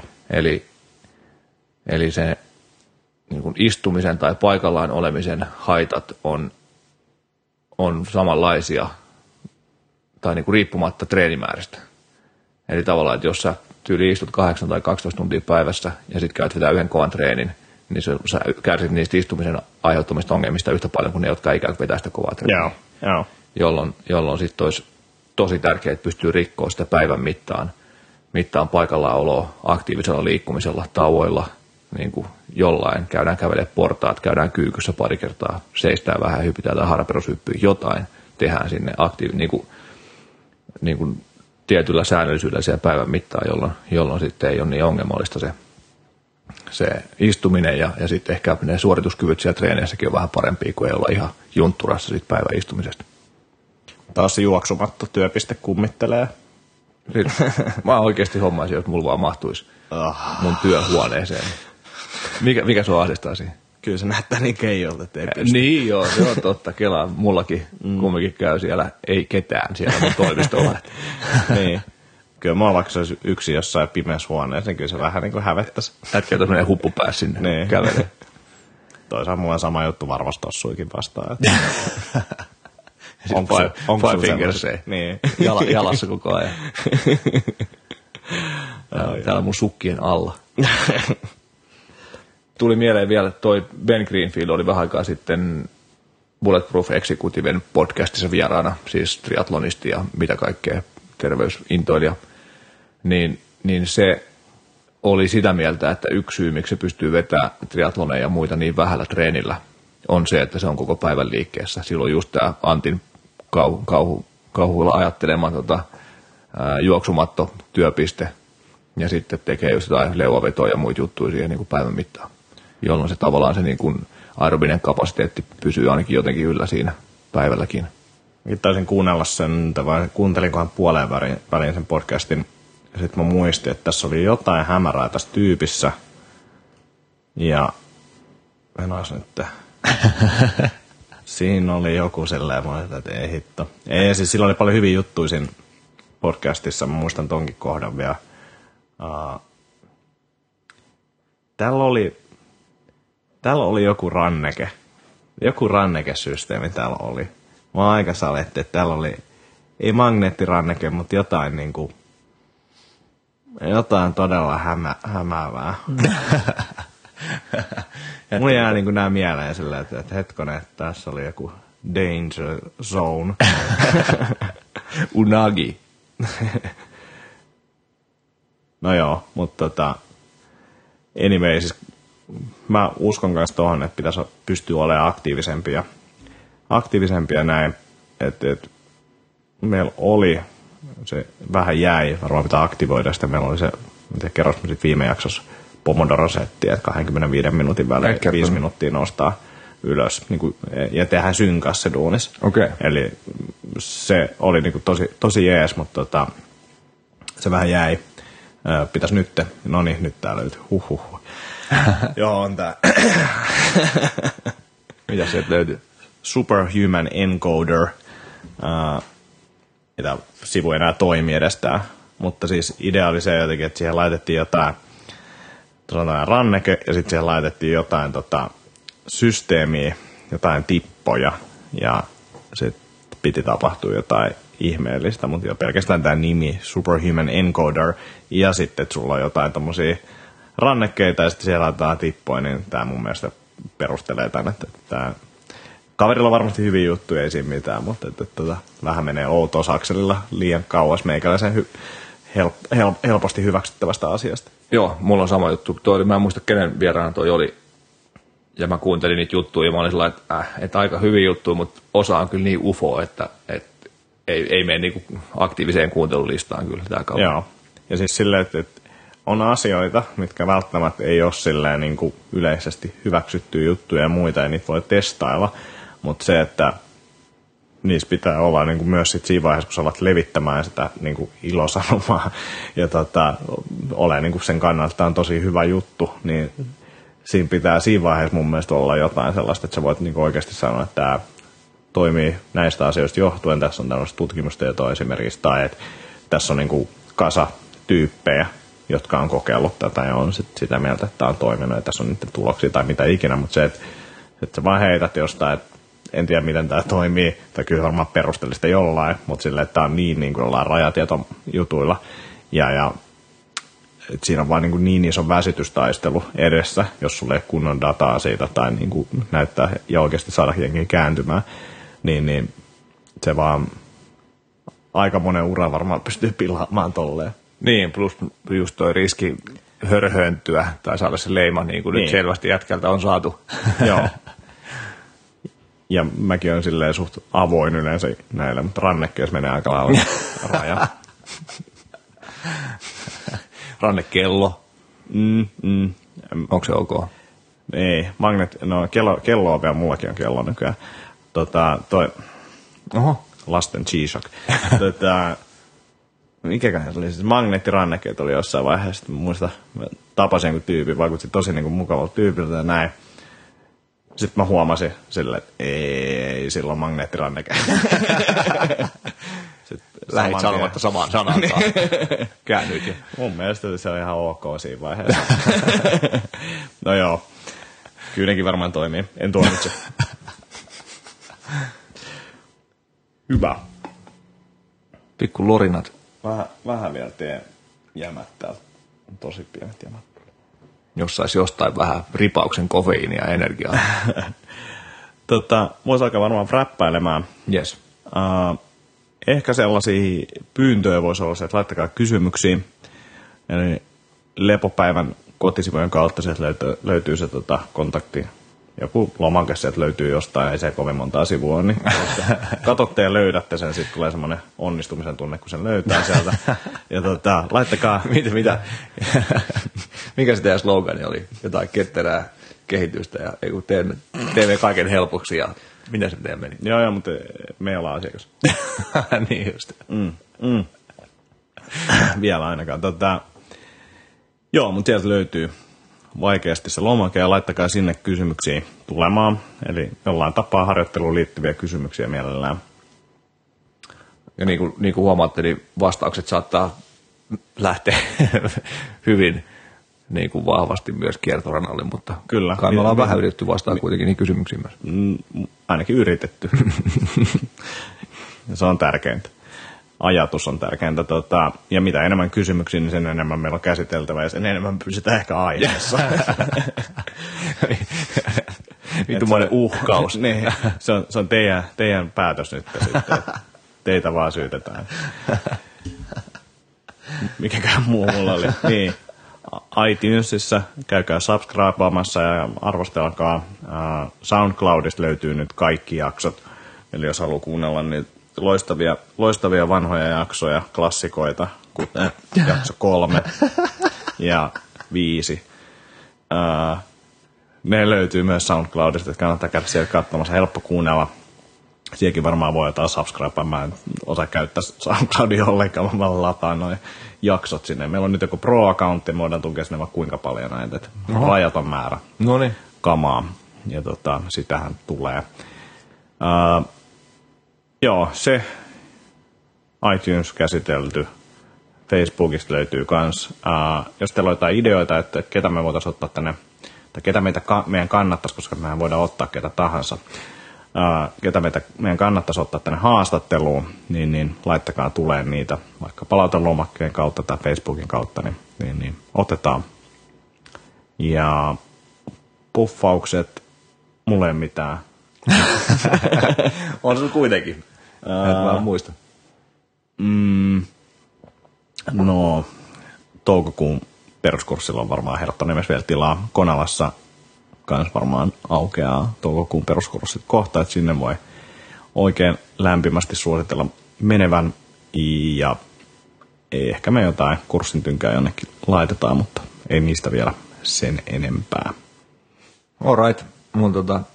Eli se niin kuin istumisen tai paikallaan olemisen haitat on samanlaisia tai niin kuin riippumatta treenimääristä. Eli tavallaan, että jos sä tyyli istut 8 tai 12 tuntia päivässä ja sitten käyt vetää yhden kovan treenin, niin sä kärsit niistä istumisen aiheuttamista ongelmista yhtä paljon kuin ne, jotka ei käy vetää sitä kovaa treeniä. Joo. Jolloin sitten olisi tosi tärkeää, että pystyy rikkoa sitä päivän mittaan paikallaoloa aktiivisella liikkumisella, tauoilla, niin kuin jollain. Käydään kävelemään portaat, käydään kyykyssä pari kertaa, seistään vähän, hypitään tai harperushyppyä, jotain tehdään sinne niin kuin tietyllä säännöllisyydellä siellä päivän mittaan, jolloin sitten ei ole niin ongelmallista se istuminen ja sitten ehkä ne suorituskyvyt siellä treeneissäkin on vähän parempia kuin ei olla ihan juntturassa siitä päivän istumisesta. Taas juoksumatto työpiste kummittelee. Mä oikeasti hommaisin, jos mulla vaan mahtuisi mun työhuoneeseen. Mikä sua ahdistaa siihen? Kyllä se näyttää niin keijolta, että ei pysty. Niin joo, se on totta. Kela mullakin kumminkin käy siellä, ei ketään siellä mun toimistolla. Niin. Kyllä mä vaikka se olisi yksin jossain pimeässä huoneessa, niin kyllä se vähän niin kuin hävettäisi. Ätkä menee huppu päässä sinne niin. Kävelee. Toisaalta mulla on sama juttu varvastossuikin vastaan. Onko five fingers niin. Jalassa koko ajan. Täällä mun sukkien alla. Tuli mieleen vielä, että toi Ben Greenfield oli vähän aikaa sitten Bulletproof Executiven podcastissa vieraana, siis triatlonisti ja mitä kaikkea terveysintoilija, niin se oli sitä mieltä, että yksi syy, miksi se pystyy vetämään triatloneja ja muita niin vähällä treenillä, on se, että se on koko päivän liikkeessä. Silloin just tämä Antin kauhuilla ajattelema juoksumatto, työpiste, ja sitten tekee just jotain leuavetoja ja muita juttuja siihen niin kuin päivän mittaan, jolloin se tavallaan se niin kuin aerobinen kapasiteetti pysyy ainakin jotenkin yllä siinä päivälläkin. Taisin kuunnella sen, vai kuuntelinkohan puoleen väliin sen podcastin, ja sitten mä muistin, että tässä oli jotain hämärää tässä tyypissä, ja en olisi nyt, siinä oli joku silleen, että ei hitto. Ei, siis sillä oli paljon hyviä juttuja siinä podcastissa, mä muistan tonkin kohdan vielä. Täällä oli joku rannekesysteemi täällä oli. Mä oon aika saletti, että täällä oli, ei magneettiranneke, mutta jotain niinku, jotain todella hämäävää. Mulla jää niinku nää mieleen silleen, että hetkonen, että tässä oli joku danger zone. Unagi. No joo, mutta anyway, siis mä uskon kanssa tohon, että pitäisi pystyä olemaan aktiivisempia näin, että meillä oli, se vähän jäi, varmaan pitää aktivoida sitä, meillä oli se, mitä kerrosin sitten viime jaksossa, Pomodoro-setti, että 25 minuutin välein 5 minuuttia nostaa ylös, niin kuin, ja tehdään synkäs se duunis. Okay. Eli se oli niin kuin tosi jees, mutta se vähän jäi. Pitäisi no niin, nyt tää löytyy. Joo, on tää. Mitä sieltä löytyy? Superhuman Encoder. Mitä sivu ei enää toimi edestään. Mutta siis idea oli se jotenkin, että siihen laitettiin jotain ranneke ja sitten siihen laitettiin jotain systeemiä, jotain tippoja ja sitten piti tapahtua jotain ihmeellistä, mutta jo pelkästään tämä nimi, Superhuman Encoder, ja sitten, että sulla on jotain tommosia rannekkeita ja sitten siellä laitetaan tippoja, niin tämä mun mielestä perustelee tämän, että tämä kaverilla on varmasti hyviä juttuja, ei siinä mitään, mutta vähän menee outousakselilla liian kauas meikäläisen helposti hyväksyttävästä asiasta. Joo, mulla on sama juttu. Mä en muista, kenen vieraana toi oli, ja mä kuuntelin niitä juttuja, ja mä olin sellainen, että aika hyviä juttuja, mutta osa on kyllä niin ufo, että ei mene niinku aktiiviseen kuuntelulistaan kyllä tämä kauan. Joo, ja siis silleen, että on asioita, mitkä välttämättä ei ole silleen niin kuin yleisesti hyväksyttyjä juttuja ja muita, ja niitä voi testailla, mutta se, että niissä pitää olla niin kuin myös sit siinä vaiheessa, kun sä alat levittämään sitä niin kuin ilosanomaa, ja ole niin kuin sen kannalta on tosi hyvä juttu, niin siinä pitää siinä vaiheessa mun mielestä olla jotain sellaista, että sä voit niin kuin oikeasti sanoa, että tämä toimii näistä asioista johtuen, tässä on tällaista tutkimustietoa esimerkiksi, tai että tässä on niin kuin kasa tyyppejä, jotka on kokeillut tätä ja on sitä mieltä, että tämä on toiminut ja tässä on niiden tuloksia tai mitä ikinä, mutta se, että sä vaan heität jostain, että en tiedä miten tämä toimii, tai kyllä varmaan perustelista jollain, mutta silleen, että tämä on niin kuin ollaan rajatietojutuilla ja että siinä on vaan niin iso väsytystaistelu edessä, jos sulla ei kunnon dataa siitä tai niin kuin näyttää ja oikeasti saada jengiä kääntymään, niin se vaan aika monen ura varmaan pystyy pilaamaan tolleen. Niin, plus just toi riski hörhöntyä tai saada se leima, niin kuin nyt selvästi jätkältä on saatu. Joo. Ja mäkin olen silleen suht avoin yleensä näille, mutta rannekkeessa menee aika lailla raja. Rannekello. Onko se ok? Ei, kello on vielä, mullakin on kello nykyään. Oho. Lasten G-Shock. Mikäköhän se oli? Siis magneettirannekkeet oli jossain vaiheessa. Muista, tapasin jonkun tyypin, vaikutti tosi niin kuin mukavalta tyypiltä ja näin. Sitten mä huomasin silleen, että ei, silloin magneettiranneke. Lähit sanomatta samaan sanankaan. Käännyit jo. Mun mielestä se on ihan ok siinä vaiheessa. No joo, kyynenkin varmaan toimii. En tuomitse. Hyvä. Pikku lorinat. Vähän vielä teen jämät täältä. Tosi pienet jämät. Jos saisi jostain vähän ripauksen kofeiinia ja energiaa. Voisi alkaa varmaan räppäilemään. Yes. Ehkä sellaisia pyyntöjä voisi olla se, että laittakaa kysymyksiä. Eli Lepopäivän kotisivujen kautta sieltä löytyy se kontakti. Joku lomake sieltä löytyy jostain, ei se kovin montaa sivua, niin katsotte ja löydätte sen, sitten tulee semmoinen onnistumisen tunne, kun sen löytää sieltä. Ja laittakaa... Mitä? Mikä se teidän slogani oli? Jotain ketterää kehitystä ja teemme kaiken helpoksi ja minä se teidän meni? Joo, mutta me ollaan asiakas. Niin just. Vielä ainakaan. Joo, mutta sieltä löytyy vaikeasti se lomake ja laittakaa sinne kysymyksiä tulemaan. Eli jollain tapaa harjoitteluun liittyviä kysymyksiä mielellään. Ja niin kuin huomaatte, niin vastaukset saattaa lähteä hyvin niin kuin vahvasti myös kiertorannalle, mutta kyllä. Kai ollaan vähän yritetty vastaa kuitenkin niin kysymyksiin myös. Ainakin yritetty. Se on tärkeintä. Ajatus on tärkeintä. Ja mitä enemmän kysymyksiä, niin sen enemmän meillä on käsiteltävä ja sen enemmän pysytään ehkä aiheessa. Vittumainen uhkaus. Niin, se on teidän päätös nyt sitten. Teitä vaan syytetään. Mikäkään muu mulla oli. Niin. iTunesissa käykää subscribeamassa ja arvostelkaa. SoundCloudista löytyy nyt kaikki jaksot. Eli jos haluaa kuunnella niitä loistavia vanhoja jaksoja, klassikoita, kuten jakso 3 ja 5. Ne löytyy myös SoundCloudista, että kannattaa käydä siellä katsomassa. Helppo kuunnella. Siihenkin varmaan voi jotain subscribea. Mä en osaa käyttää SoundCloudia ollenkaan, mä lataan noin jaksot sinne. Meillä on nyt joku Pro-accountti, me voidaan tukea sinne vaan kuinka paljon näitä. Että rajaton määrä kamaa. Ja sitähän tulee. Joo, se iTunes käsitelty. Facebookista löytyy kans. Jos teillä on jotain ideoita, että ketä me voitaisiin ottaa tänne, tai ketä meidän kannattaisi, koska mehän voidaan ottaa ketä tahansa, ketä meidän kannattaisi ottaa tänne haastatteluun, niin laittakaa tulee niitä vaikka palautelomakkeen kautta tai Facebookin kautta, niin otetaan. Ja puffaukset, mulle ei mitään. On se kuitenkin. Mä muista. No, toukokuun peruskurssilla on varmaan Herttonimessä vielä tilaa. Konalassa kans varmaan aukeaa toukokuun peruskurssit kohta, että sinne voi oikein lämpimästi suositella menevän. Ja ehkä me jotain kurssin tynkää jonnekin laitetaan, mutta ei niistä vielä sen enempää. Alright, mun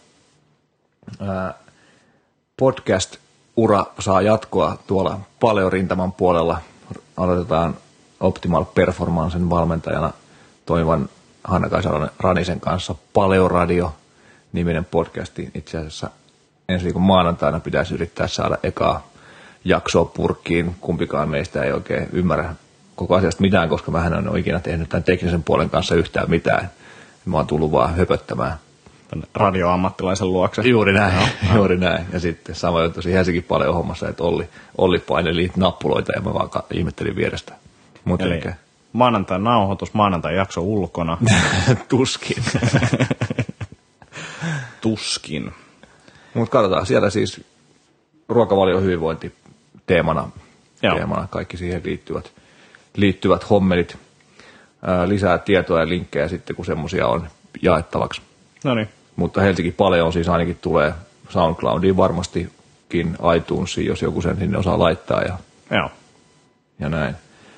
podcast-ura saa jatkoa tuolla Paleo-rintaman puolella. Aloitetaan Optimal Performancen valmentajana toimivan Hanna-Kaisa Ranisen kanssa Paleo-radio-niminen podcasti. Itse asiassa ensi viikon maanantaina pitäisi yrittää saada ekaa jaksoa purkkiin. Kumpikaan meistä ei oikein ymmärrä koko asiasta mitään, koska mä en ole ikinä tehnyt tämän teknisen puolen kanssa yhtään mitään. Mä oon tullut vaan höpöttämään. Radioammattilaisen luokse. Juuri näin, juuri näin. Ja sitten sama juttu Helsingin paljon hommassa, että Olli paineli nappuloita ja mä vaan ihmettelin vierestä. Eli maanantain nauhoitus, maanantai jakso ulkona. Tuskin. Tuskin. Mutta katsotaan, siellä siis ruokavalio hyvinvointi teemana kaikki siihen liittyvät hommelit. Lisää tietoa ja linkkejä sitten, kun semmoisia on jaettavaksi. Noniin. Mutta Helsinki paljon siis ainakin tulee SoundCloudiin varmastikin, iTunesiin, jos joku sen sinne osaa laittaa ja näin.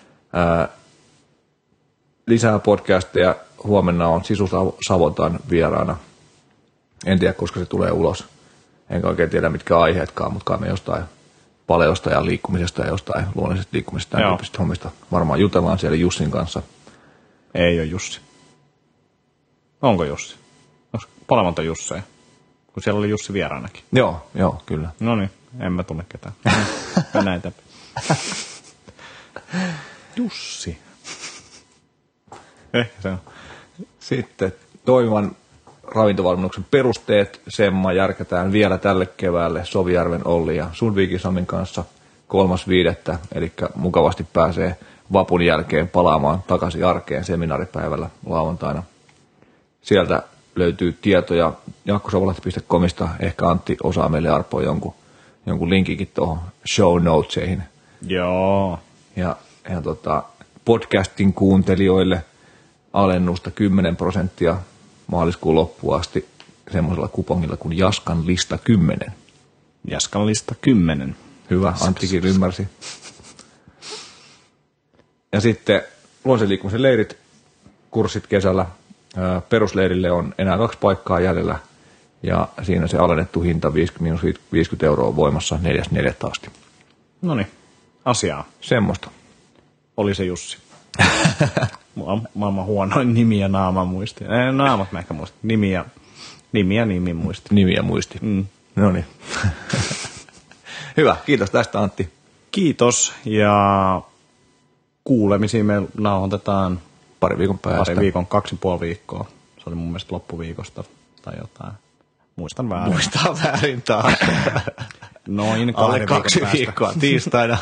Lisää podcasteja. Huomenna on Sisu Savotan vieraana. En tiedä, koska se tulee ulos. Enkä oikein tiedä, mitkä aiheetkaan, mutta me jostain paleosta ja liikkumisesta ja jostain luonnollisesta liikkumisesta ja tyyppisistä hommista. Varmaan jutellaan siellä Jussin kanssa. Ei ole Jussi. Onko Jussi? Paljon monta Jusseja? kun siellä oli Jussi vieraanakin. Joo, kyllä. No niin, en mä tunne ketään. Mennään eteenpäin. Jussi. Ehkä se on. Sitten toimivan ravintovalmennuksen perusteet, Semma, järkätään vielä tälle keväälle Sovijärven Olli ja Sundvikin Samin kanssa 3.5. Eli mukavasti pääsee vapun jälkeen palaamaan takaisin arkeen seminaaripäivällä lauantaina. Sieltä löytyy tietoja jakkosavolahti.comista. Ehkä Antti osaa meille arpoa jonkun linkikin tuohon show notesihin. Joo. Ja podcastin kuuntelijoille alennusta 10% maaliskuun loppuun asti semmoisella kupongilla kuin Jaskan lista 10. Jaskan lista 10. Hyvä, Anttikin ymmärsi. Ja sitten luonnollisen liikkumisen leirit, kurssit kesällä. Perusleirille on enää 2 paikkaa jäljellä ja siinä se alennettu hinta 50 € voimassa 4.4. asti. Noniin, asiaa. Semmoista. Oli se Jussi. Maailman huonoin nimi ja naama muisti. Naamat mä ehkä muistin. Nimi muisti. Nimi ja muisti. Noniin. Hyvä, kiitos tästä Antti. Kiitos ja kuulemisiin me nauhoitetaan Pari viikon päästä. 2,5 viikkoa. Se oli mun mielestä loppuviikosta tai jotain. Muistan väärin. Muistaa väärin taas. Noin alle 2 viikkoa tiistaina.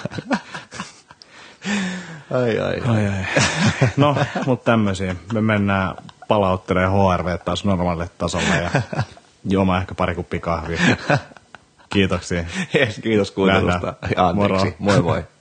Ai. No, mutta tämmöisiä. Me mennään palauttelemaan HRV taas normaalille tasolle ja juomaan ehkä pari kuppia kahvia. Kiitoksia. Kiitos kuuntelusta. Anteeksi. Moi moi.